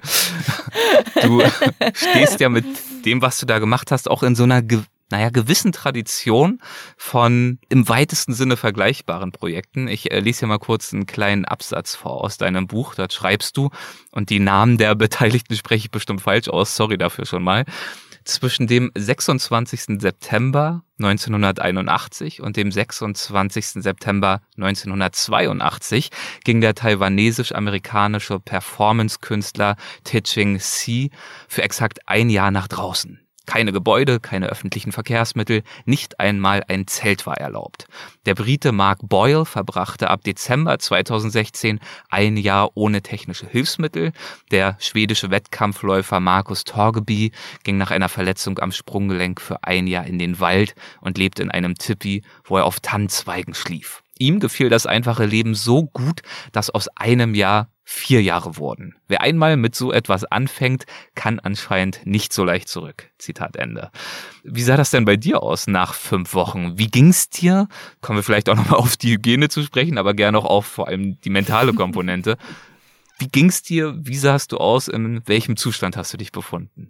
Du stehst ja mit dem, was du da gemacht hast, auch in so einer ge- naja, gewissen Tradition von im weitesten Sinne vergleichbaren Projekten. Ich äh, lese hier mal kurz einen kleinen Absatz vor aus deinem Buch. Dort schreibst du, und die Namen der Beteiligten spreche ich bestimmt falsch aus, sorry dafür schon mal. Zwischen dem sechsundzwanzigsten September neunzehnhunderteinundachtzig und dem sechsundzwanzigsten September neunzehnhundertzweiundachtzig ging der taiwanesisch-amerikanische Performance-Künstler Te-Ching Hsi für exakt ein Jahr nach draußen. Keine Gebäude, keine öffentlichen Verkehrsmittel, nicht einmal ein Zelt war erlaubt. Der Brite Mark Boyle verbrachte ab Dezember zweitausendsechzehn ein Jahr ohne technische Hilfsmittel. Der schwedische Wettkampfläufer Marcus Torgeby ging nach einer Verletzung am Sprunggelenk für ein Jahr in den Wald und lebte in einem Tipi, wo er auf Tannenzweigen schlief. Ihm gefiel das einfache Leben so gut, dass aus einem Jahr vier Jahre wurden. Wer einmal mit so etwas anfängt, kann anscheinend nicht so leicht zurück. Zitat Ende. Wie sah das denn bei dir aus nach fünf Wochen? Wie ging's dir? Kommen wir vielleicht auch nochmal auf die Hygiene zu sprechen, aber gerne auch auf vor allem die mentale Komponente. Wie ging's dir? Wie sahst du aus? In welchem Zustand hast du dich befunden?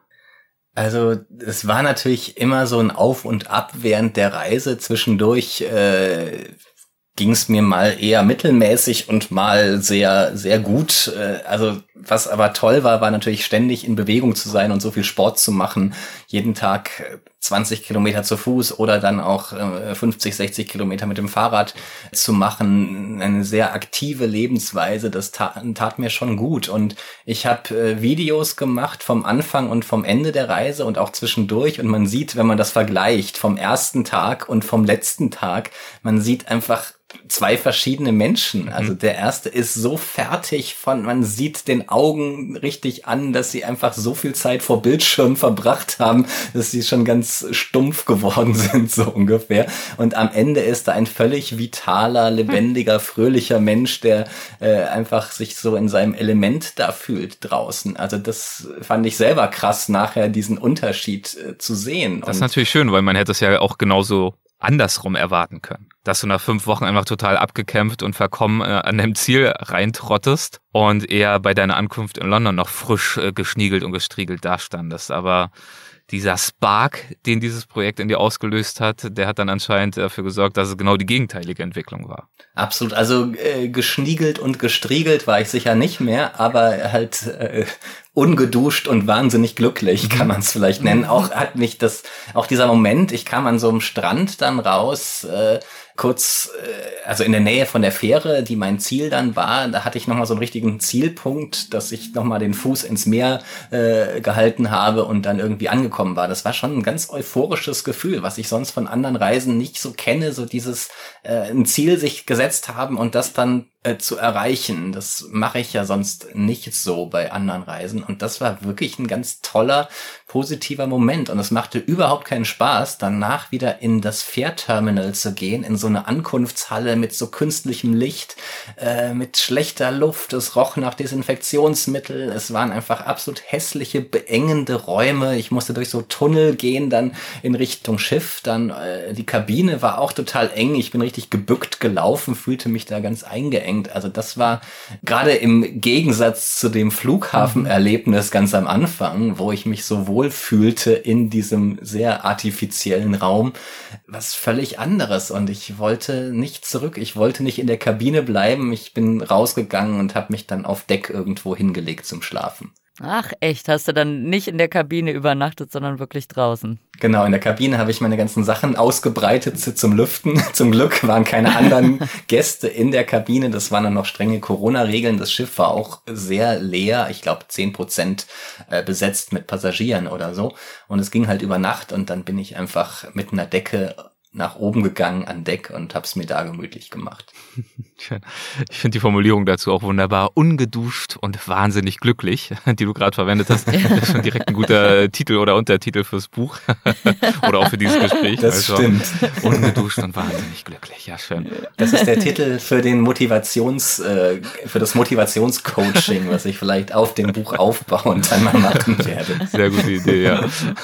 Also es war natürlich immer so ein Auf und Ab während der Reise. Zwischendurch äh, ging es mir mal eher mittelmäßig und mal sehr, sehr gut. Also was aber toll war, war natürlich ständig in Bewegung zu sein und so viel Sport zu machen. Jeden Tag zwanzig Kilometer zu Fuß oder dann auch fünfzig, sechzig Kilometer mit dem Fahrrad zu machen. Eine sehr aktive Lebensweise, das tat, tat mir schon gut. Und ich habe Videos gemacht vom Anfang und vom Ende der Reise und auch zwischendurch. Und man sieht, wenn man das vergleicht vom ersten Tag und vom letzten Tag, man sieht einfach zwei verschiedene Menschen. Also der erste ist so fertig von, man sieht den Augen richtig an, dass sie einfach so viel Zeit vor Bildschirmen verbracht haben, dass sie schon ganz stumpf geworden sind, so ungefähr. Und am Ende ist da ein völlig vitaler, lebendiger, fröhlicher Mensch, der äh, einfach sich so in seinem Element da fühlt draußen. Also das fand ich selber krass, nachher diesen Unterschied äh, zu sehen. Das ist natürlich schön, weil man hätte es ja auch genauso andersrum erwarten können. Dass du nach fünf Wochen einfach total abgekämpft und verkommen äh, an deinem Ziel reintrottest und eher bei deiner Ankunft in London noch frisch äh, geschniegelt und gestriegelt dastandest. Aber dieser Spark, den dieses Projekt in dir ausgelöst hat, der hat dann anscheinend dafür gesorgt, dass es genau die gegenteilige Entwicklung war. Absolut. Also äh, geschniegelt und gestriegelt war ich sicher nicht mehr, aber halt äh, ungeduscht und wahnsinnig glücklich, kann man es vielleicht nennen. Auch hat mich das, auch dieser Moment, ich kam an so einem Strand dann raus, äh, kurz, äh, also in der Nähe von der Fähre, die mein Ziel dann war, da hatte ich nochmal so einen richtigen Zielpunkt, dass ich nochmal den Fuß ins Meer äh, gehalten habe und dann irgendwie angekommen war. Das war schon ein ganz euphorisches Gefühl, was ich sonst von anderen Reisen nicht so kenne, so dieses äh, ein Ziel sich gesetzt haben und das dann äh, zu erreichen. Das mache ich ja sonst nicht so bei anderen Reisen und das war wirklich ein ganz toller, positiver Moment und es machte überhaupt keinen Spaß, danach wieder in das Fährterminal zu gehen, in so eine Ankunftshalle mit so künstlichem Licht, äh, mit schlechter Luft, es roch nach Desinfektionsmittel, es waren einfach absolut hässliche, beengende Räume, ich musste durch so Tunnel gehen, dann in Richtung Schiff, dann äh, die Kabine war auch total eng, ich bin richtig gebückt gelaufen, fühlte mich da ganz eingeengt, also das war gerade im Gegensatz zu dem Flughafenerlebnis ganz am Anfang, wo ich mich so wohl fühlte in diesem sehr artifiziellen Raum, was völlig anderes und ich wollte nicht zurück, ich wollte nicht in der Kabine bleiben, ich bin rausgegangen und habe mich dann auf Deck irgendwo hingelegt zum Schlafen. Ach echt, hast du dann nicht in der Kabine übernachtet, sondern wirklich draußen? Genau, in der Kabine habe ich meine ganzen Sachen ausgebreitet zum Lüften. Zum Glück waren keine anderen Gäste in der Kabine. Das waren dann noch strenge Corona-Regeln. Das Schiff war auch sehr leer. Ich glaube zehn Prozent besetzt mit Passagieren oder so. Und es ging halt über Nacht und dann bin ich einfach mit einer Decke nach oben gegangen an Deck und hab's mir da gemütlich gemacht. Schön. Ich finde die Formulierung dazu auch wunderbar. Ungeduscht und wahnsinnig glücklich, die du gerade verwendet hast. Das ist schon direkt ein guter Titel oder Untertitel fürs Buch oder auch für dieses Gespräch. Das also, stimmt. Ungeduscht und wahnsinnig glücklich. Ja, schön. Das ist der Titel für den Motivations, äh, für das Motivationscoaching, was ich vielleicht auf dem Buch aufbaue und dann mal machen werde. Sehr gute Idee, ja.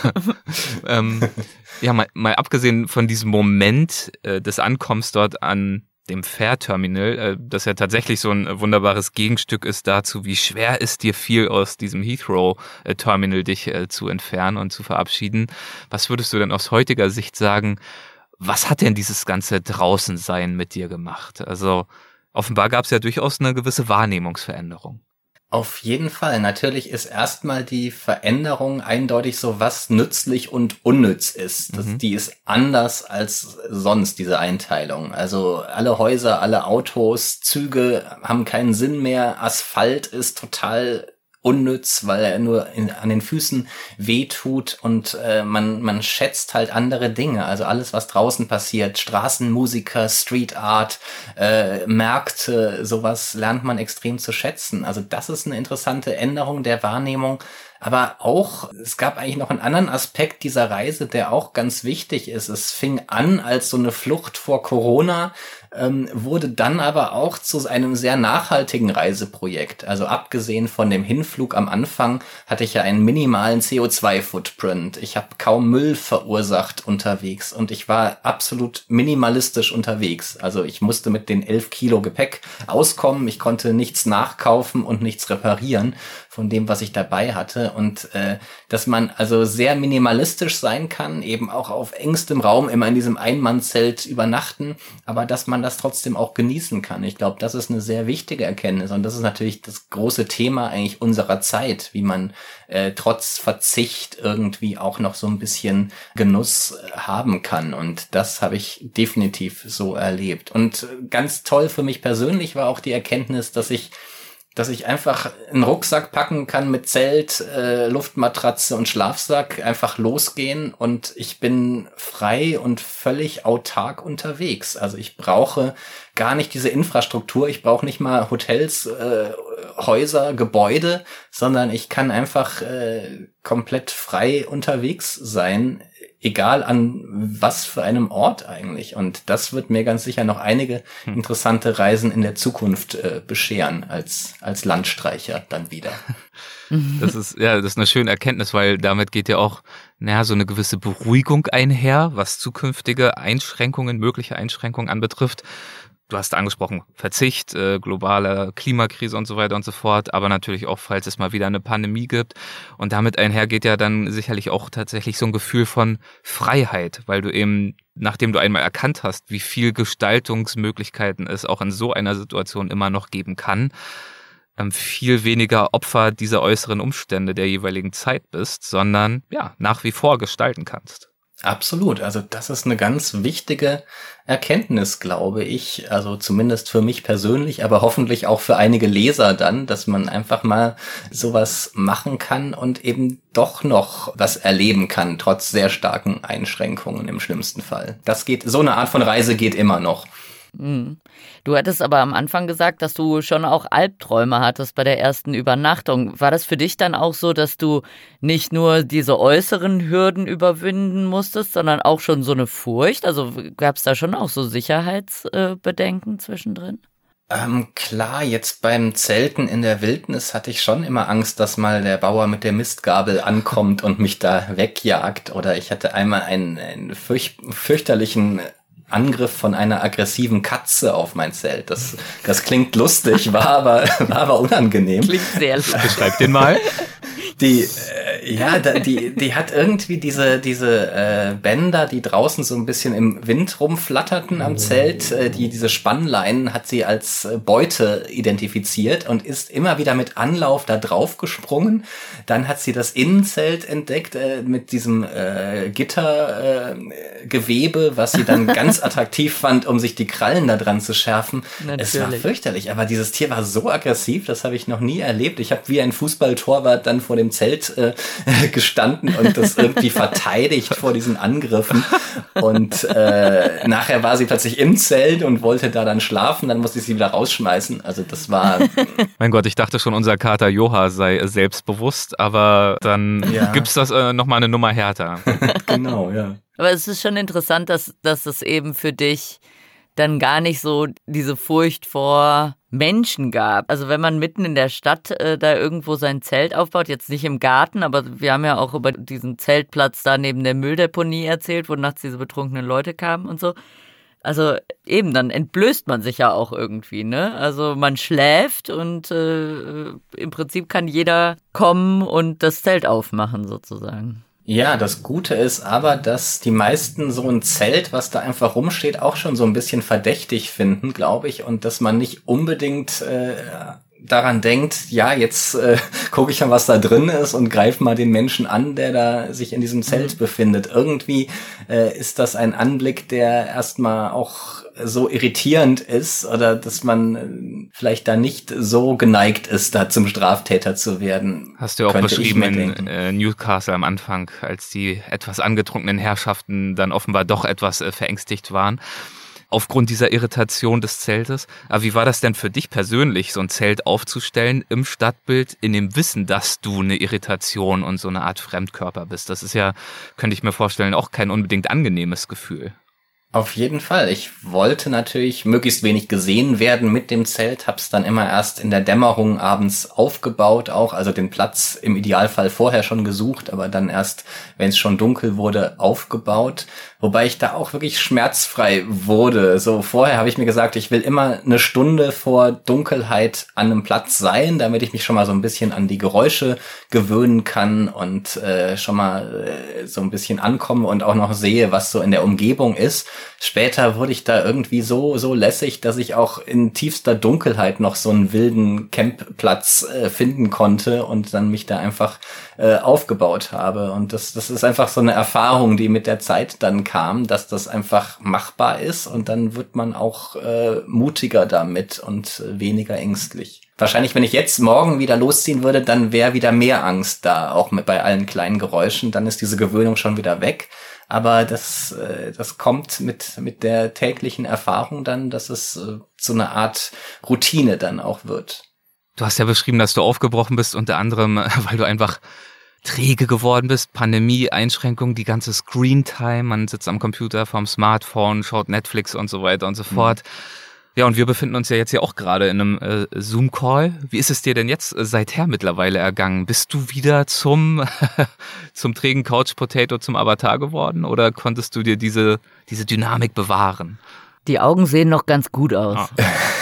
ähm, ja, mal, mal abgesehen von diesem Moment äh, des Ankommens dort an dem Fährterminal, äh, das ja tatsächlich so ein wunderbares Gegenstück ist dazu, wie schwer es dir fiel, aus diesem Heathrow-Terminal dich äh, zu entfernen und zu verabschieden. Was würdest du denn aus heutiger Sicht sagen, was hat denn dieses ganze Draußensein mit dir gemacht? Also offenbar gab es ja durchaus eine gewisse Wahrnehmungsveränderung. Auf jeden Fall. Natürlich ist erstmal die Veränderung eindeutig so, was nützlich und unnütz ist. Das, mhm. Die ist anders als sonst, diese Einteilung. Also alle Häuser, alle Autos, Züge haben keinen Sinn mehr. Asphalt ist total unnütz, weil er nur in, an den Füßen wehtut und äh, man man schätzt halt andere Dinge. Also alles, was draußen passiert, Straßenmusiker, Street Art, äh, Märkte, sowas lernt man extrem zu schätzen. Also das ist eine interessante Änderung der Wahrnehmung. Aber auch, es gab eigentlich noch einen anderen Aspekt dieser Reise, der auch ganz wichtig ist. Es fing an als so eine Flucht vor Corona, ähm, wurde dann aber auch zu einem sehr nachhaltigen Reiseprojekt. Also abgesehen von dem Hinflug am Anfang hatte ich ja einen minimalen C O zwei Footprint. Ich habe kaum Müll verursacht unterwegs und ich war absolut minimalistisch unterwegs. Also ich musste mit den elf Kilo Gepäck auskommen. Ich konnte nichts nachkaufen und nichts reparieren von dem, was ich dabei hatte. Und äh, dass man also sehr minimalistisch sein kann, eben auch auf engstem Raum immer in diesem Einmannzelt übernachten, aber dass man das trotzdem auch genießen kann. Ich glaube, das ist eine sehr wichtige Erkenntnis und das ist natürlich das große Thema eigentlich unserer Zeit, wie man äh, trotz Verzicht irgendwie auch noch so ein bisschen Genuss äh, haben kann. Und das habe ich definitiv so erlebt. Und ganz toll für mich persönlich war auch die Erkenntnis, dass ich dass ich einfach einen Rucksack packen kann mit Zelt, äh, Luftmatratze und Schlafsack, einfach losgehen und ich bin frei und völlig autark unterwegs. Also ich brauche gar nicht diese Infrastruktur, ich brauche nicht mal Hotels, äh, Häuser, Gebäude, sondern ich kann einfach äh, komplett frei unterwegs sein, egal an was für einem Ort eigentlich. Und das wird mir ganz sicher noch einige interessante Reisen in der Zukunft äh, bescheren, als als Landstreicher dann wieder. Das ist, ja, das ist eine schöne Erkenntnis, weil damit geht ja auch, naja, so eine gewisse Beruhigung einher, was zukünftige Einschränkungen, mögliche Einschränkungen anbetrifft. Du hast angesprochen, Verzicht, äh, globale Klimakrise und so weiter und so fort, aber natürlich auch, falls es mal wieder eine Pandemie gibt. Und damit einhergeht ja dann sicherlich auch tatsächlich so ein Gefühl von Freiheit, weil du eben, nachdem du einmal erkannt hast, wie viel Gestaltungsmöglichkeiten es auch in so einer Situation immer noch geben kann, ähm, viel weniger Opfer dieser äußeren Umstände der jeweiligen Zeit bist, sondern ja, nach wie vor gestalten kannst. Absolut, also das ist eine ganz wichtige Erkenntnis, glaube ich, also zumindest für mich persönlich, aber hoffentlich auch für einige Leser dann, dass man einfach mal sowas machen kann und eben doch noch was erleben kann, trotz sehr starken Einschränkungen im schlimmsten Fall. Das geht, so eine Art von Reise geht immer noch. Du hattest aber am Anfang gesagt, dass du schon auch Albträume hattest bei der ersten Übernachtung. War das für dich dann auch so, dass du nicht nur diese äußeren Hürden überwinden musstest, sondern auch schon so eine Furcht? Also gab es da schon auch so Sicherheitsbedenken zwischendrin? Ähm, klar, jetzt beim Zelten in der Wildnis hatte ich schon immer Angst, dass mal der Bauer mit der Mistgabel ankommt und mich da wegjagt. Oder ich hatte einmal einen, einen fürch- fürchterlichen Angriff von einer aggressiven Katze auf mein Zelt. Das, das klingt lustig, war aber, war aber unangenehm. Klingt sehr lustig. Beschreib den mal. Die, äh, ja, da, die, die hat irgendwie diese, diese äh, Bänder, die draußen so ein bisschen im Wind rumflatterten am Zelt, äh, die, diese Spannleinen hat sie als äh, Beute identifiziert und ist immer wieder mit Anlauf da drauf gesprungen. Dann hat sie das Innenzelt entdeckt äh, mit diesem äh, Gittergewebe, äh, was sie dann ganz attraktiv fand, um sich die Krallen da dran zu schärfen. Natürlich. Es war fürchterlich, aber dieses Tier war so aggressiv, das habe ich noch nie erlebt. Ich habe wie ein Fußballtorwart dann vor dem Zelt äh, gestanden und das irgendwie verteidigt vor diesen Angriffen. Und äh, nachher war sie plötzlich im Zelt und wollte da dann schlafen, dann musste ich sie wieder rausschmeißen. Also das war... Mein Gott, ich dachte schon, unser Kater Joha sei selbstbewusst, aber dann ja. gibt's das äh, nochmal eine Nummer härter. Genau, ja. Aber es ist schon interessant, dass, dass es eben für dich dann gar nicht so diese Furcht vor Menschen gab. Also wenn man mitten in der Stadt äh, da irgendwo sein Zelt aufbaut, jetzt nicht im Garten, aber wir haben ja auch über diesen Zeltplatz da neben der Mülldeponie erzählt, wo nachts diese betrunkenen Leute kamen und so. Also eben, dann entblößt man sich ja auch irgendwie, ne? Also man schläft und äh, im Prinzip kann jeder kommen und das Zelt aufmachen sozusagen. Ja, das Gute ist aber, dass die meisten so ein Zelt, was da einfach rumsteht, auch schon so ein bisschen verdächtig finden, glaube ich, und dass man nicht unbedingt äh, daran denkt, ja, jetzt äh, gucke ich mal, was da drin ist und greife mal den Menschen an, der da sich in diesem Zelt mhm. befindet. Irgendwie äh, ist das ein Anblick, der erstmal auch so irritierend ist oder dass man äh, vielleicht da nicht so geneigt ist, da zum Straftäter zu werden. Hast du ja auch beschrieben in äh, Newcastle am Anfang, als die etwas angetrunkenen Herrschaften dann offenbar doch etwas äh, verängstigt waren. Aufgrund dieser Irritation des Zeltes. Aber wie war das denn für dich persönlich, so ein Zelt aufzustellen im Stadtbild, in dem Wissen, dass du eine Irritation und so eine Art Fremdkörper bist? Das ist ja, könnte ich mir vorstellen, auch kein unbedingt angenehmes Gefühl. Auf jeden Fall. Ich wollte natürlich möglichst wenig gesehen werden mit dem Zelt, hab's dann immer erst in der Dämmerung abends aufgebaut auch, also den Platz im Idealfall vorher schon gesucht, aber dann erst, wenn es schon dunkel wurde, aufgebaut. Wobei ich da auch wirklich schmerzfrei wurde. So vorher habe ich mir gesagt, ich will immer eine Stunde vor Dunkelheit an einem Platz sein, damit ich mich schon mal so ein bisschen an die Geräusche gewöhnen kann und äh, schon mal äh, so ein bisschen ankomme und auch noch sehe, was so in der Umgebung ist. Später wurde ich da irgendwie so so lässig, dass ich auch in tiefster Dunkelheit noch so einen wilden Campplatz äh, finden konnte und dann mich da einfach äh, aufgebaut habe. Und das das ist einfach so eine Erfahrung, die mit der Zeit dann kam, dass das einfach machbar ist und dann wird man auch äh, mutiger damit und äh, weniger ängstlich. Wahrscheinlich, wenn ich jetzt morgen wieder losziehen würde, dann wäre wieder mehr Angst da, auch mit bei allen kleinen Geräuschen. Dann ist diese Gewöhnung schon wieder weg. Aber das, äh, das kommt mit mit der täglichen Erfahrung dann, dass es äh, so eine Art Routine dann auch wird. Du hast ja beschrieben, dass du aufgebrochen bist, unter anderem, weil du einfach träge geworden bist, Pandemie, Einschränkungen, die ganze Screentime, man sitzt am Computer, vorm Smartphone, schaut Netflix und so weiter und so fort. Mhm. Ja, und wir befinden uns ja jetzt ja auch gerade in einem äh, Zoom-Call. Wie ist es dir denn jetzt äh, seither mittlerweile ergangen? Bist du wieder zum zum trägen Couch-Potato, zum Avatar geworden oder konntest du dir diese diese Dynamik bewahren? Die Augen sehen noch ganz gut aus. Ah.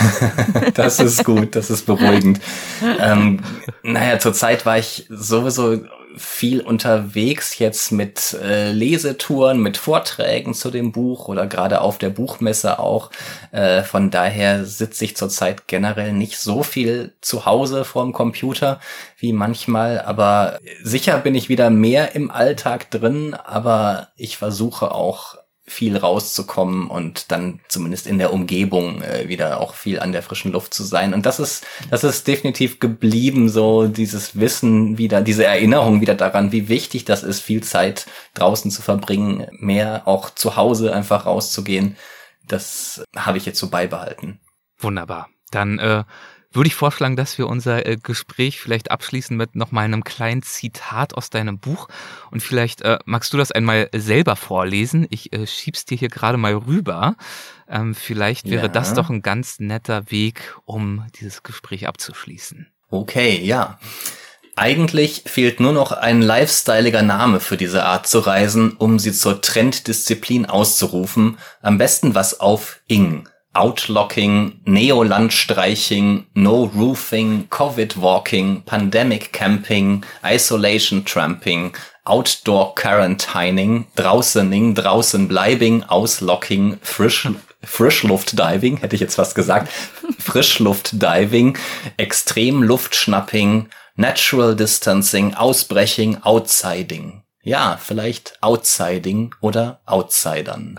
Das ist gut, das ist beruhigend. ähm, naja, zurzeit war ich sowieso viel unterwegs jetzt mit äh, Lesetouren, mit Vorträgen zu dem Buch oder gerade auf der Buchmesse auch. Äh, von daher sitze ich zurzeit generell nicht so viel zu Hause vorm Computer wie manchmal, aber sicher bin ich wieder mehr im Alltag drin, aber ich versuche auch viel rauszukommen und dann zumindest in der Umgebung äh, wieder auch viel an der frischen Luft zu sein. Und das ist, das ist definitiv geblieben, so dieses Wissen wieder, diese Erinnerung wieder daran, wie wichtig das ist, viel Zeit draußen zu verbringen, mehr auch zu Hause einfach rauszugehen. Das habe ich jetzt so beibehalten. Wunderbar. Dann äh, würde ich vorschlagen, dass wir unser äh, Gespräch vielleicht abschließen mit noch mal einem kleinen Zitat aus deinem Buch. Und vielleicht äh, magst du das einmal selber vorlesen. Ich äh, schieb's dir hier gerade mal rüber. Ähm, vielleicht wäre ja. das doch ein ganz netter Weg, um dieses Gespräch abzuschließen. Okay, ja. Eigentlich fehlt nur noch ein lifestyleiger Name für diese Art zu reisen, um sie zur Trenddisziplin auszurufen. Am besten was auf Ing. Outlocking, Neolandstreiching, No Roofing, Covid Walking, Pandemic Camping, Isolation Tramping, Outdoor Quarantining, Draußening, draußen bleibing, Auslocking, Frisch, Frischluftdiving, hätte ich jetzt fast gesagt, Frischluftdiving, Extremluftschnapping, Natural Distancing, Ausbreching, Outsiding. Ja, vielleicht Outsiding oder Outsidern.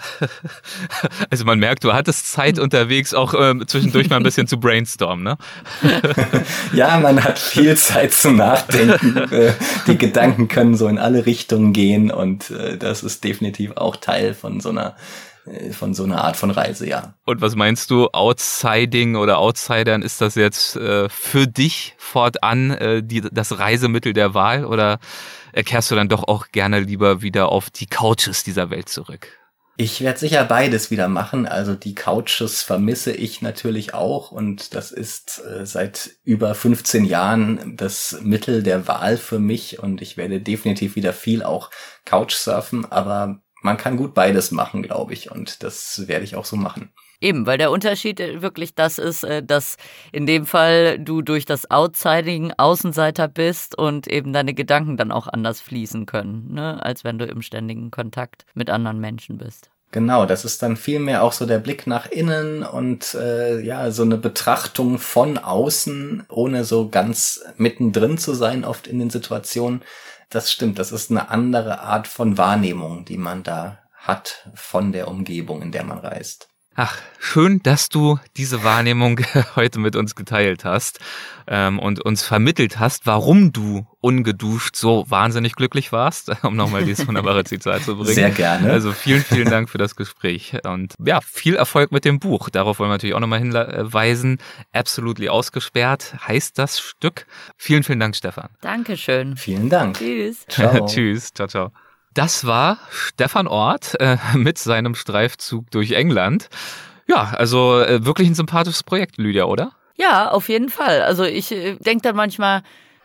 Also man merkt, du hattest Zeit unterwegs, auch ähm, zwischendurch mal ein bisschen zu brainstormen, ne? Ja, man hat viel Zeit zum Nachdenken. Äh, die Gedanken können so in alle Richtungen gehen und äh, das ist definitiv auch Teil von so einer von so einer Art von Reise, ja. Und was meinst du, Outsiding oder Outsidern, ist das jetzt äh, für dich fortan äh, die, das Reisemittel der Wahl oder kehrst du dann doch auch gerne lieber wieder auf die Couches dieser Welt zurück? Ich werde sicher beides wieder machen. Also die Couches vermisse ich natürlich auch und das ist äh, seit über fünfzehn Jahren das Mittel der Wahl für mich und ich werde definitiv wieder viel auch Couchsurfen, aber man kann gut beides machen, glaube ich, und das werde ich auch so machen. Eben, weil der Unterschied wirklich das ist, dass in dem Fall du durch das Outsiding Außenseiter bist und eben deine Gedanken dann auch anders fließen können, ne, als wenn du im ständigen Kontakt mit anderen Menschen bist. Genau, das ist dann vielmehr auch so der Blick nach innen und äh, ja, so eine Betrachtung von außen, ohne so ganz mittendrin zu sein, oft in den Situationen. Das stimmt, das ist eine andere Art von Wahrnehmung, die man da hat von der Umgebung, in der man reist. Ach, schön, dass du diese Wahrnehmung heute mit uns geteilt hast ähm, und uns vermittelt hast, warum du ungeduscht so wahnsinnig glücklich warst, um nochmal dieses wunderbare Zitat zu bringen. Sehr gerne. Also vielen, vielen Dank für das Gespräch und ja, viel Erfolg mit dem Buch. Darauf wollen wir natürlich auch nochmal hinweisen. Absolutely ausgesperrt heißt das Stück. Vielen, vielen Dank, Stefan. Dankeschön. Vielen Dank. Tschüss. Ciao. Tschüss. Ciao, ciao. Das war Stefan Orth äh, mit seinem Streifzug durch England. Ja, also äh, wirklich ein sympathisches Projekt, Lydia, oder? Ja, auf jeden Fall. Also ich äh, denke dann manchmal,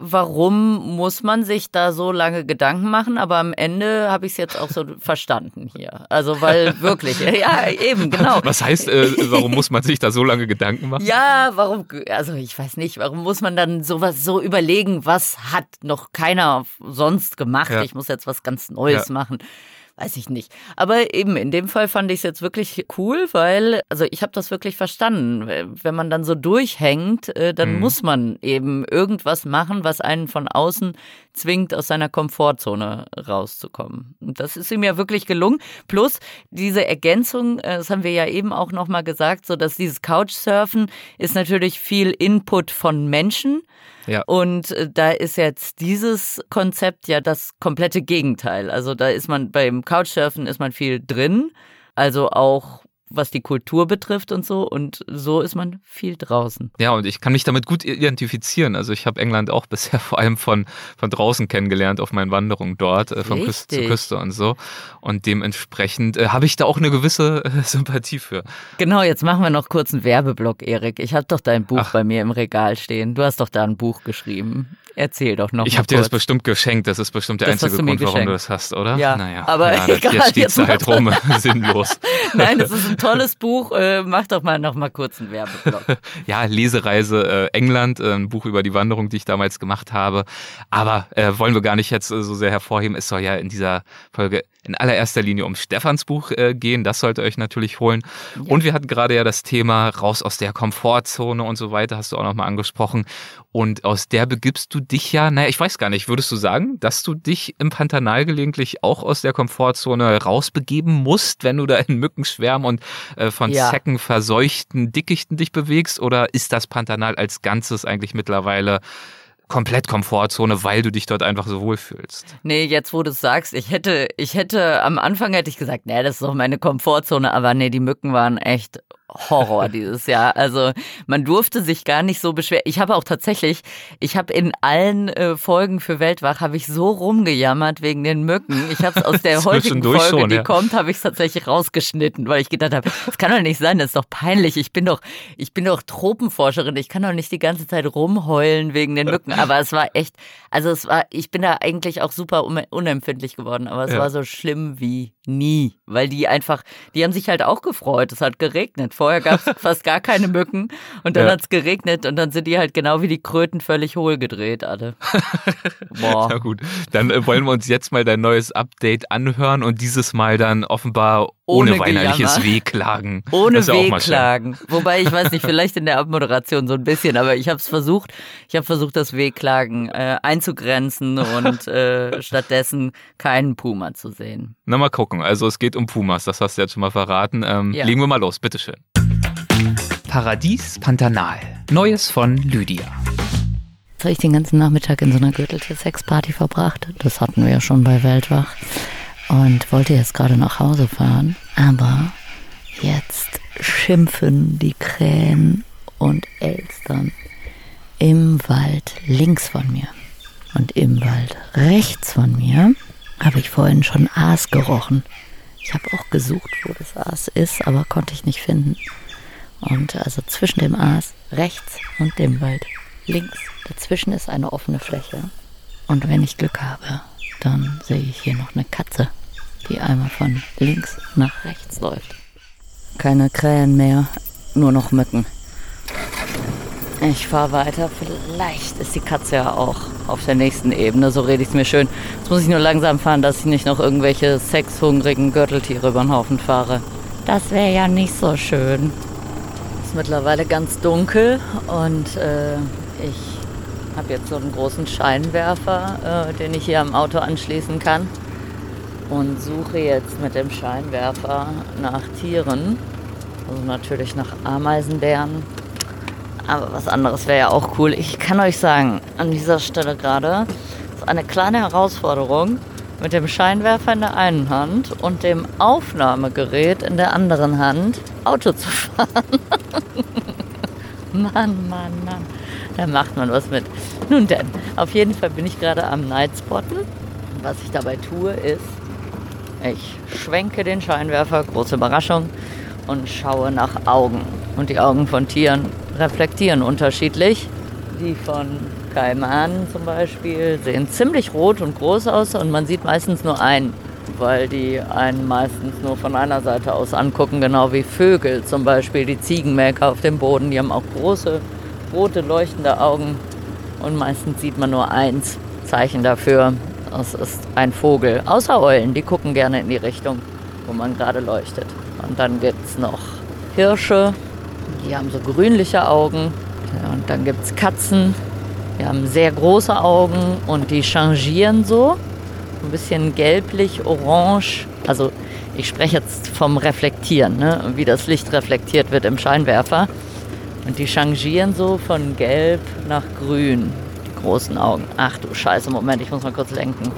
warum muss man sich da so lange Gedanken machen? Aber am Ende habe ich es jetzt auch so verstanden hier. Also weil wirklich, ja eben, genau. Was heißt, äh, warum muss man sich da so lange Gedanken machen? Ja, warum, also ich weiß nicht, warum muss man dann sowas so überlegen, was hat noch keiner sonst gemacht? Ja. Ich muss jetzt was ganz Neues ja. machen. Weiß ich nicht. Aber eben in dem Fall fand ich es jetzt wirklich cool, weil, also ich habe das wirklich verstanden. Wenn man dann so durchhängt, dann mhm. muss man eben irgendwas machen, was einen von außen zwingt, aus seiner Komfortzone rauszukommen. Und das ist ihm ja wirklich gelungen. Plus diese Ergänzung, das haben wir ja eben auch nochmal gesagt, so dass dieses Couchsurfen ist natürlich viel Input von Menschen. Ja. Und da ist jetzt dieses Konzept ja das komplette Gegenteil. Also da ist man beim Couchsurfen ist man viel drin, also auch was die Kultur betrifft und so. Und so ist man viel draußen. Ja, und ich kann mich damit gut identifizieren. Also ich habe England auch bisher vor allem von, von draußen kennengelernt auf meinen Wanderungen dort, äh, von Küste zu Küste und so. Und dementsprechend äh, habe ich da auch eine gewisse äh, Sympathie für. Genau, jetzt machen wir noch kurz einen Werbeblock, Erik. Ich habe doch dein Buch Ach. bei mir im Regal stehen. Du hast doch da ein Buch geschrieben. Erzähl doch noch Ich habe dir das bestimmt geschenkt. Das ist bestimmt der das einzige Grund, warum du das hast, oder? Ja, naja, aber ja, egal, jetzt steht jetzt es halt rum, sinnlos. Nein, das ist ein tolles Buch. Äh, mach doch mal noch mal kurz einen Werbeblock. Ja, Lesereise äh, England, äh, ein Buch über die Wanderung, die ich damals gemacht habe. Aber äh, wollen wir gar nicht jetzt äh, so sehr hervorheben. Es soll ja in dieser Folge in allererster Linie um Stefans Buch äh, gehen. Das sollt ihr euch natürlich holen. Ja. Und wir hatten gerade ja das Thema raus aus der Komfortzone und so weiter, hast du auch nochmal angesprochen. Und aus der begibst du dich ja, naja, ich weiß gar nicht, würdest du sagen, dass du dich im Pantanal gelegentlich auch aus der Komfortzone rausbegeben musst, wenn du da in Mückenschwärmen und äh, von ja. Zecken verseuchten Dickichten dich bewegst? Oder ist das Pantanal als Ganzes eigentlich mittlerweile komplett Komfortzone, weil du dich dort einfach so wohlfühlst? Nee, jetzt wo du es sagst, ich hätte, ich hätte, am Anfang hätte ich gesagt, nee, das ist doch meine Komfortzone, aber nee, die Mücken waren echt Horror dieses Jahr. Also man durfte sich gar nicht so beschweren. Ich habe auch tatsächlich, ich habe in allen äh, Folgen für Weltwach, habe ich so rumgejammert wegen den Mücken. Ich habe es aus der heutigen Folge, schon, die ja. kommt, habe ich es tatsächlich rausgeschnitten, weil ich gedacht habe, das kann doch nicht sein, das ist doch peinlich. Ich bin doch, ich bin doch Tropenforscherin, ich kann doch nicht die ganze Zeit rumheulen wegen den Mücken. Aber es war echt, also es war, ich bin da eigentlich auch super unempfindlich geworden, aber es ja. war so schlimm wie nie, weil die einfach, die haben sich halt auch gefreut. Es hat geregnet Vorher gab es fast gar keine Mücken und dann Ja. hat es geregnet und dann sind die halt genau wie die Kröten völlig hohl gedreht alle. Boah. Na gut, dann äh, wollen wir uns jetzt mal dein neues Update anhören und dieses Mal dann offenbar ohne, Ohne weinerliches Gejammer. Wehklagen. Ohne Das ist ja auch mal schön. Wehklagen. Wobei, ich weiß nicht, vielleicht in der Abmoderation so ein bisschen, aber ich habe es versucht. Ich habe versucht, das Wehklagen äh, einzugrenzen und äh, stattdessen keinen Puma zu sehen. Na, mal gucken. Also es geht um Pumas, das hast du jetzt schon mal verraten. Ähm, Ja. Legen wir mal los, bitteschön. Paradies Pantanal. Neues von Lydia. Jetzt habe ich den ganzen Nachmittag in so einer Gürteltier-Sex-Party verbracht. Das hatten wir ja schon bei Weltwach. Und wollte jetzt gerade nach Hause fahren. Aber jetzt schimpfen die Krähen und Elstern im Wald links von mir. Und im Wald rechts von mir habe ich vorhin schon Aas gerochen. Ich habe auch gesucht, wo das Aas ist, aber konnte ich nicht finden. Und also zwischen dem Aas rechts und dem Wald links, dazwischen ist eine offene Fläche. Und wenn ich Glück habe, dann sehe ich hier noch eine Katze, die einmal von links nach rechts läuft. Keine Krähen mehr, nur noch Mücken. Ich fahre weiter, vielleicht ist die Katze ja auch auf der nächsten Ebene, so rede ich es mir schön. Jetzt muss ich nur langsam fahren, dass ich nicht noch irgendwelche sexhungrigen Gürteltiere über den Haufen fahre. Das wäre ja nicht so schön. Es ist mittlerweile ganz dunkel und äh, ich habe jetzt so einen großen Scheinwerfer, äh, den ich hier am Auto anschließen kann. Und suche jetzt mit dem Scheinwerfer nach Tieren. Also natürlich nach Ameisenbären. Aber was anderes wäre ja auch cool. Ich kann euch sagen, an dieser Stelle gerade, es ist eine kleine Herausforderung, mit dem Scheinwerfer in der einen Hand und dem Aufnahmegerät in der anderen Hand Auto zu fahren. Mann, Mann, Mann. Da macht man was mit. Nun denn, auf jeden Fall bin ich gerade am Nightspotten. Was ich dabei tue, ist, ich schwenke den Scheinwerfer, große Überraschung, und schaue nach Augen. Und die Augen von Tieren reflektieren unterschiedlich. Die von Kaimanen zum Beispiel sehen ziemlich rot und groß aus und man sieht meistens nur einen, weil die einen meistens nur von einer Seite aus angucken, genau wie Vögel zum Beispiel, die Ziegenmelker auf dem Boden, die haben auch große, rote, leuchtende Augen und meistens sieht man nur eins. Zeichen dafür, es ist ein Vogel. Außer Eulen, die gucken gerne in die Richtung, wo man gerade leuchtet. Und dann gibt es noch Hirsche, die haben so grünliche Augen. Ja, und dann gibt es Katzen, die haben sehr große Augen und die changieren so. Ein bisschen gelblich, orange. Also ich spreche jetzt vom Reflektieren, ne? Wie das Licht reflektiert wird im Scheinwerfer. Und die changieren so von gelb nach grün. Die großen Augen. Ach du Scheiße, Moment, ich muss mal kurz lenken.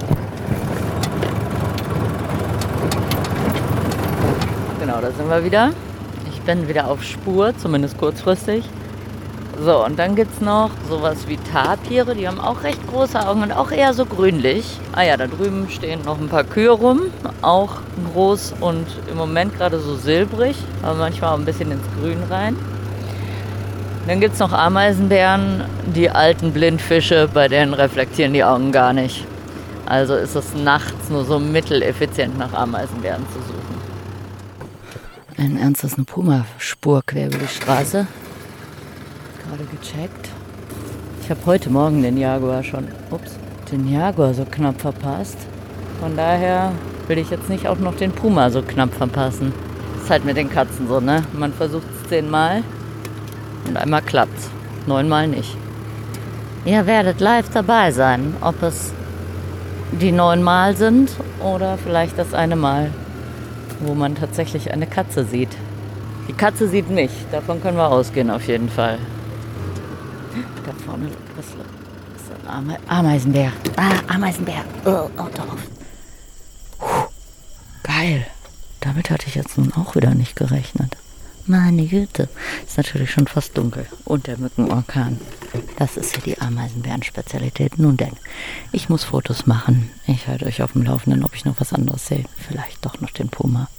Genau, da sind wir wieder. Ich bin wieder auf Spur, zumindest kurzfristig. So, und dann gibt es noch sowas wie Tapire, die haben auch recht große Augen und auch eher so grünlich. Ah ja, da drüben stehen noch ein paar Kühe rum, auch groß und im Moment gerade so silbrig, aber manchmal auch ein bisschen ins Grün rein. Dann gibt es noch Ameisenbären, die alten Blindfische, bei denen reflektieren die Augen gar nicht. Also ist es nachts nur so mitteleffizient nach Ameisenbären zu suchen. Ein Ernst, das ist eine Puma-Spur quer über die Straße. Gerade gecheckt. Ich habe heute Morgen den Jaguar schon, ups, den Jaguar so knapp verpasst. Von daher will ich jetzt nicht auch noch den Puma so knapp verpassen. Das ist halt mit den Katzen so, ne? Man versucht es zehnmal und einmal klappt's. Neunmal nicht. Ihr werdet live dabei sein, ob es die neunmal sind oder vielleicht das eine Mal, wo man tatsächlich eine Katze sieht. Die Katze sieht mich, davon können wir ausgehen auf jeden Fall. Da vorne was ist ein Ame Ameisenbär. Ah, Ameisenbär. Oh, Auto auf. Puh, geil. Damit hatte ich jetzt nun auch wieder nicht gerechnet. Meine Güte. Ist natürlich schon fast dunkel. Und der Mückenorkan. Das ist ja die Ameisenbären-Spezialität. Nun denn, ich muss Fotos machen. Ich halte euch auf dem Laufenden, ob ich noch was anderes sehe. Vielleicht doch noch den Puma.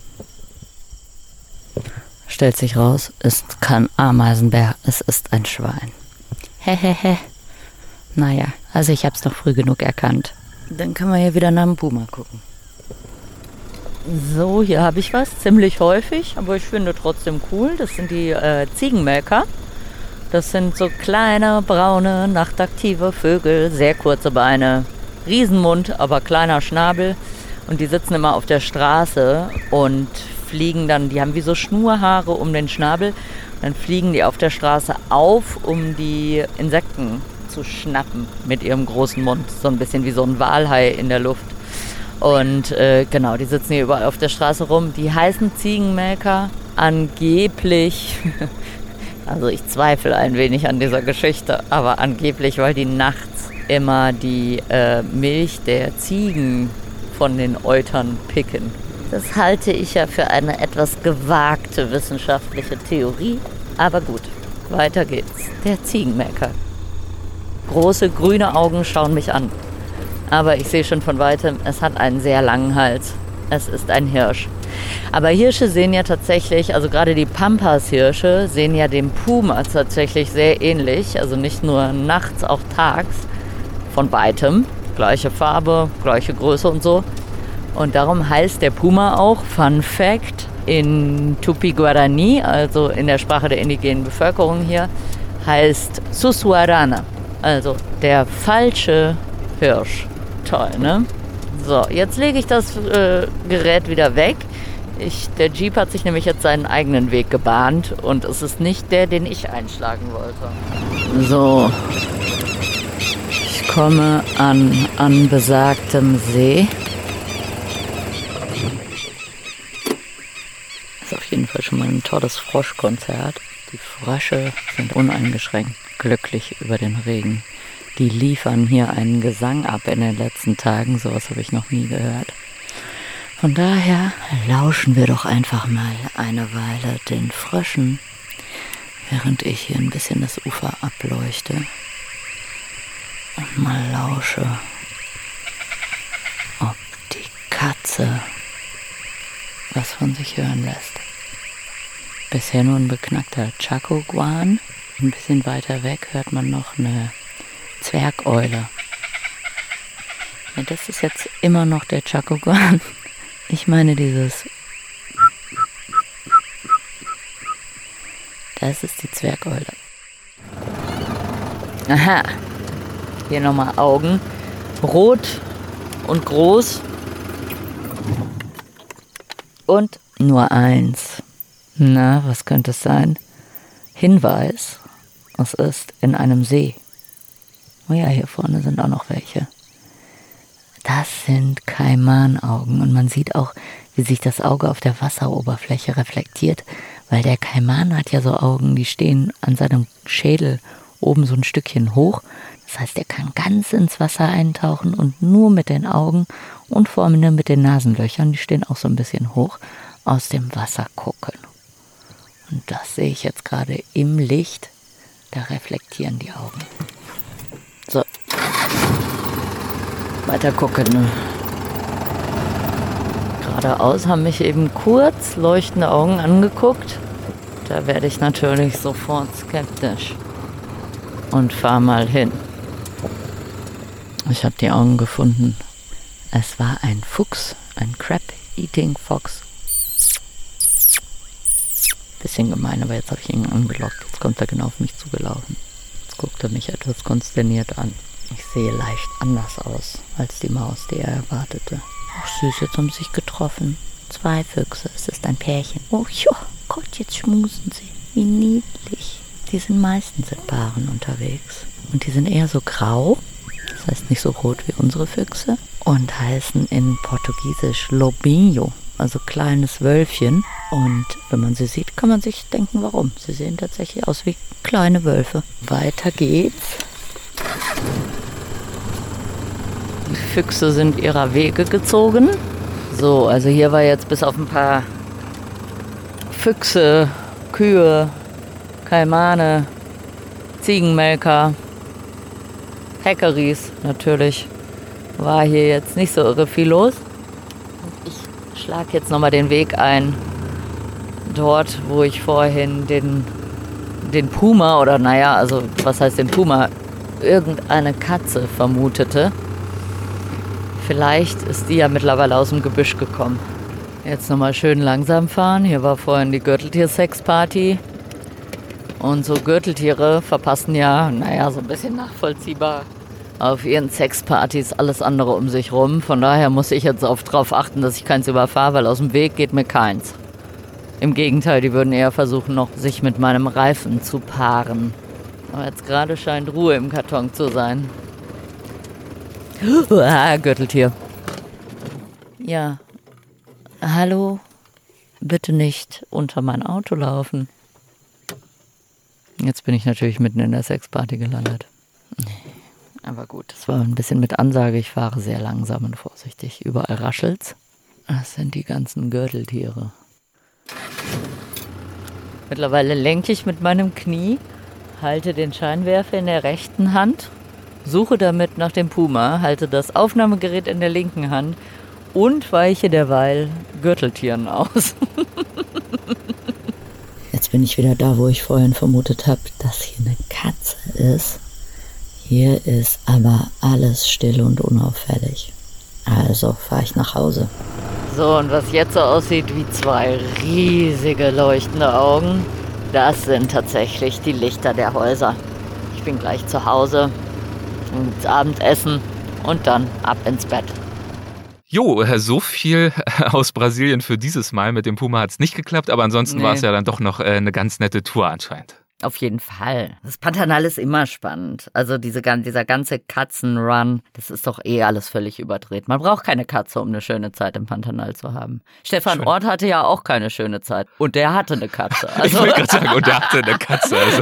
Stellt sich raus, ist kein Ameisenbär, es ist ein Schwein. Hehehe. Naja, also ich hab's noch früh genug erkannt. Dann können wir hier wieder nach dem Puma gucken. So, hier habe ich was, ziemlich häufig, aber ich finde trotzdem cool. Das sind die äh, Ziegenmelker. Das sind so kleine, braune, nachtaktive Vögel, sehr kurze Beine, Riesenmund, aber kleiner Schnabel. Und die sitzen immer auf der Straße und fliegen dann, die haben wie so Schnurhaare um den Schnabel. Dann fliegen die auf der Straße auf, um die Insekten zu schnappen mit ihrem großen Mund. So ein bisschen wie so ein Walhai in der Luft. Und äh, genau, die sitzen hier überall auf der Straße rum. Die heißen Ziegenmelker angeblich, also ich zweifle ein wenig an dieser Geschichte, aber angeblich, weil die nachts immer die äh, Milch der Ziegen von den Eutern picken. Das halte ich ja für eine etwas gewagte wissenschaftliche Theorie. Aber gut, weiter geht's. Der Ziegenmelker. Große grüne Augen schauen mich an. Aber ich sehe schon von weitem, es hat einen sehr langen Hals. Es ist ein Hirsch. Aber Hirsche sehen ja tatsächlich, also gerade die Pampas-Hirsche sehen ja dem Puma tatsächlich sehr ähnlich. Also nicht nur nachts, auch tags. Von weitem. Gleiche Farbe, gleiche Größe und so. Und darum heißt der Puma auch, Fun Fact, in Tupi-Guarani, also in der Sprache der indigenen Bevölkerung hier, heißt Susuarana, also der falsche Hirsch. Toll, ne? So, jetzt lege ich das äh, Gerät wieder weg. Ich, der Jeep hat sich nämlich jetzt seinen eigenen Weg gebahnt und es ist nicht der, den ich einschlagen wollte. So, ich komme an, an besagtem See. Das ist auf jeden Fall schon mal ein tolles Froschkonzert. Die Frösche sind uneingeschränkt glücklich über den Regen. Die liefern hier einen Gesang ab in den letzten Tagen. Sowas habe ich noch nie gehört. Von daher lauschen wir doch einfach mal eine Weile den Fröschen, während ich hier ein bisschen das Ufer ableuchte und mal lausche, ob die Katze was von sich hören lässt. Bisher nur ein beknackter Chaco-Guan. Ein bisschen weiter weg hört man noch eine Zwergeule. Ja, das ist jetzt immer noch der Chaco-Guan. Ich meine dieses... Das ist die Zwergeule. Aha. Hier nochmal Augen. Rot und groß. Und nur eins. Na, was könnte es sein? Hinweis. Es ist in einem See. Oh ja, hier vorne sind auch noch welche. Das sind Kaimanaugen. Und man sieht auch, wie sich das Auge auf der Wasseroberfläche reflektiert. Weil der Kaiman hat ja so Augen, die stehen an seinem Schädel oben so ein Stückchen hoch. Das heißt, er kann ganz ins Wasser eintauchen und nur mit den Augen und vor allem mit den Nasenlöchern, die stehen auch so ein bisschen hoch, aus dem Wasser gucken. Und das sehe ich jetzt gerade im Licht. Da reflektieren die Augen. So. Weiter gucken. Geradeaus haben mich eben kurz leuchtende Augen angeguckt. Da werde ich natürlich sofort skeptisch. Und fahr mal hin. Ich habe die Augen gefunden. Es war ein Fuchs, ein Crab-Eating Fox. Bisschen gemein, aber jetzt habe ich ihn angelockt. Jetzt kommt er genau auf mich zugelaufen. Jetzt guckt er mich etwas konsterniert an. Ich sehe leicht anders aus als die Maus, die er erwartete. Ach süß, jetzt haben sie sich getroffen. Zwei Füchse, es ist ein Pärchen. Oh jo, Gott, jetzt schmusen sie. Wie niedlich. Die sind meistens in Paaren unterwegs. Und die sind eher so grau. Das heißt nicht so rot wie unsere Füchse. Und heißen in Portugiesisch Lobinho. Also kleines Wölfchen. Und wenn man sie sieht, kann man sich denken, warum. Sie sehen tatsächlich aus wie kleine Wölfe. Weiter geht's. Die Füchse sind ihrer Wege gezogen. So, also hier war jetzt bis auf ein paar Füchse, Kühe, Kaimane, Ziegenmelker, Peccaries natürlich, war hier jetzt nicht so irre viel los. Ich schlage jetzt nochmal den Weg ein, dort, wo ich vorhin den, den Puma, oder naja, also was heißt den Puma, irgendeine Katze vermutete. Vielleicht ist die ja mittlerweile aus dem Gebüsch gekommen. Jetzt nochmal schön langsam fahren. Hier war vorhin die Gürteltier-Sexparty. Und so Gürteltiere verpassen ja, naja, so ein bisschen nachvollziehbar auf ihren Sexpartys alles andere um sich rum. Von daher muss ich jetzt oft darauf achten, dass ich keins überfahre, weil aus dem Weg geht mir keins. Im Gegenteil, die würden eher versuchen, noch sich mit meinem Reifen zu paaren. Aber jetzt gerade scheint Ruhe im Karton zu sein. Ah, Gürteltier. Ja. Hallo? Bitte nicht unter mein Auto laufen. Jetzt bin ich natürlich mitten in der Sexparty gelandet. Aber gut, das war ein bisschen mit Ansage. Ich fahre sehr langsam und vorsichtig. Überall raschelt's. Das sind die ganzen Gürteltiere. Mittlerweile lenke ich mit meinem Knie, halte den Scheinwerfer in der rechten Hand, suche damit nach dem Puma, halte das Aufnahmegerät in der linken Hand und weiche derweil Gürteltieren aus. Jetzt bin ich wieder da, wo ich vorhin vermutet habe, dass hier eine Katze ist. Hier ist aber alles still und unauffällig. Also fahre ich nach Hause. So, und was jetzt so aussieht wie zwei riesige leuchtende Augen, das sind tatsächlich die Lichter der Häuser. Ich bin gleich zu Hause, dann gibt's Abendessen und dann ab ins Bett. Jo, so viel aus Brasilien für dieses Mal. Mit dem Puma hat es nicht geklappt, aber ansonsten nee. war es ja dann doch noch eine ganz nette Tour anscheinend. Auf jeden Fall. Das Pantanal ist immer spannend. Also diese, dieser ganze Katzenrun, das ist doch eh alles völlig überdreht. Man braucht keine Katze, um eine schöne Zeit im Pantanal zu haben. Stefan Schön. Ort hatte ja auch keine schöne Zeit. Und der hatte eine Katze. Also ich wollte gerade sagen, und der hatte eine Katze. Also.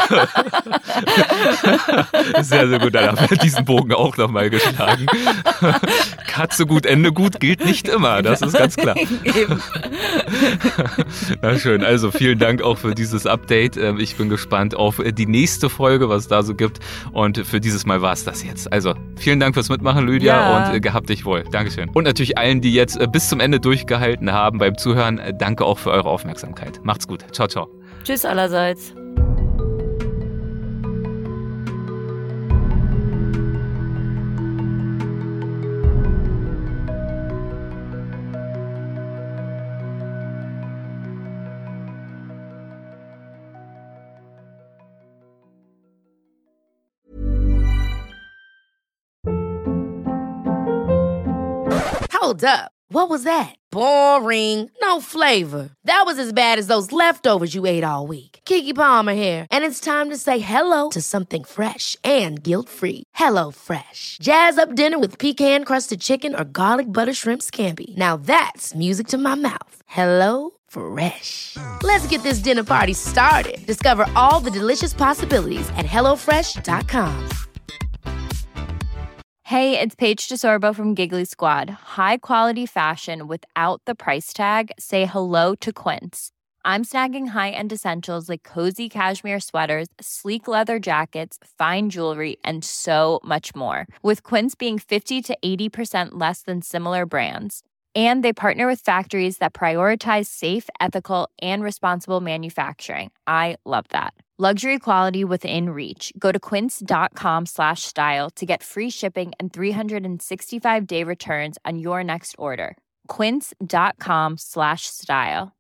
Sehr, sehr gut. Dann haben wir diesen Bogen auch nochmal geschlagen. Katze gut, Ende gut gilt nicht immer. Das ist ganz klar. Eben. Na schön. Also vielen Dank auch für dieses Update. Ich bin gespannt auf die nächste Folge, was es da so gibt. Und für dieses Mal war es das jetzt. Also vielen Dank fürs Mitmachen, Lydia, ja. und gehabt dich wohl. Dankeschön. Und natürlich allen, die jetzt bis zum Ende durchgehalten haben beim Zuhören, danke auch für eure Aufmerksamkeit. Macht's gut. Ciao, ciao. Tschüss allerseits. Hold up. What was that? Boring. No flavor. That was as bad as those leftovers you ate all week. Keke Palmer here, and it's time to say hello to something fresh and guilt-free. Hello Fresh. Jazz up dinner with pecan-crusted chicken or garlic butter shrimp scampi. Now that's music to my mouth. Hello Fresh. Let's get this dinner party started. Discover all the delicious possibilities at hello fresh dot com. Hey, it's Paige DeSorbo from Giggly Squad. High quality fashion without the price tag. Say hello to Quince. I'm snagging high-end essentials like cozy cashmere sweaters, sleek leather jackets, fine jewelry, and so much more. With Quince being fifty to eighty percent less than similar brands. And they partner with factories that prioritize safe, ethical, and responsible manufacturing. I love that. Luxury quality within reach. Go to quince.com slash style to get free shipping and three sixty-five day returns on your next order. Quince.com slash style.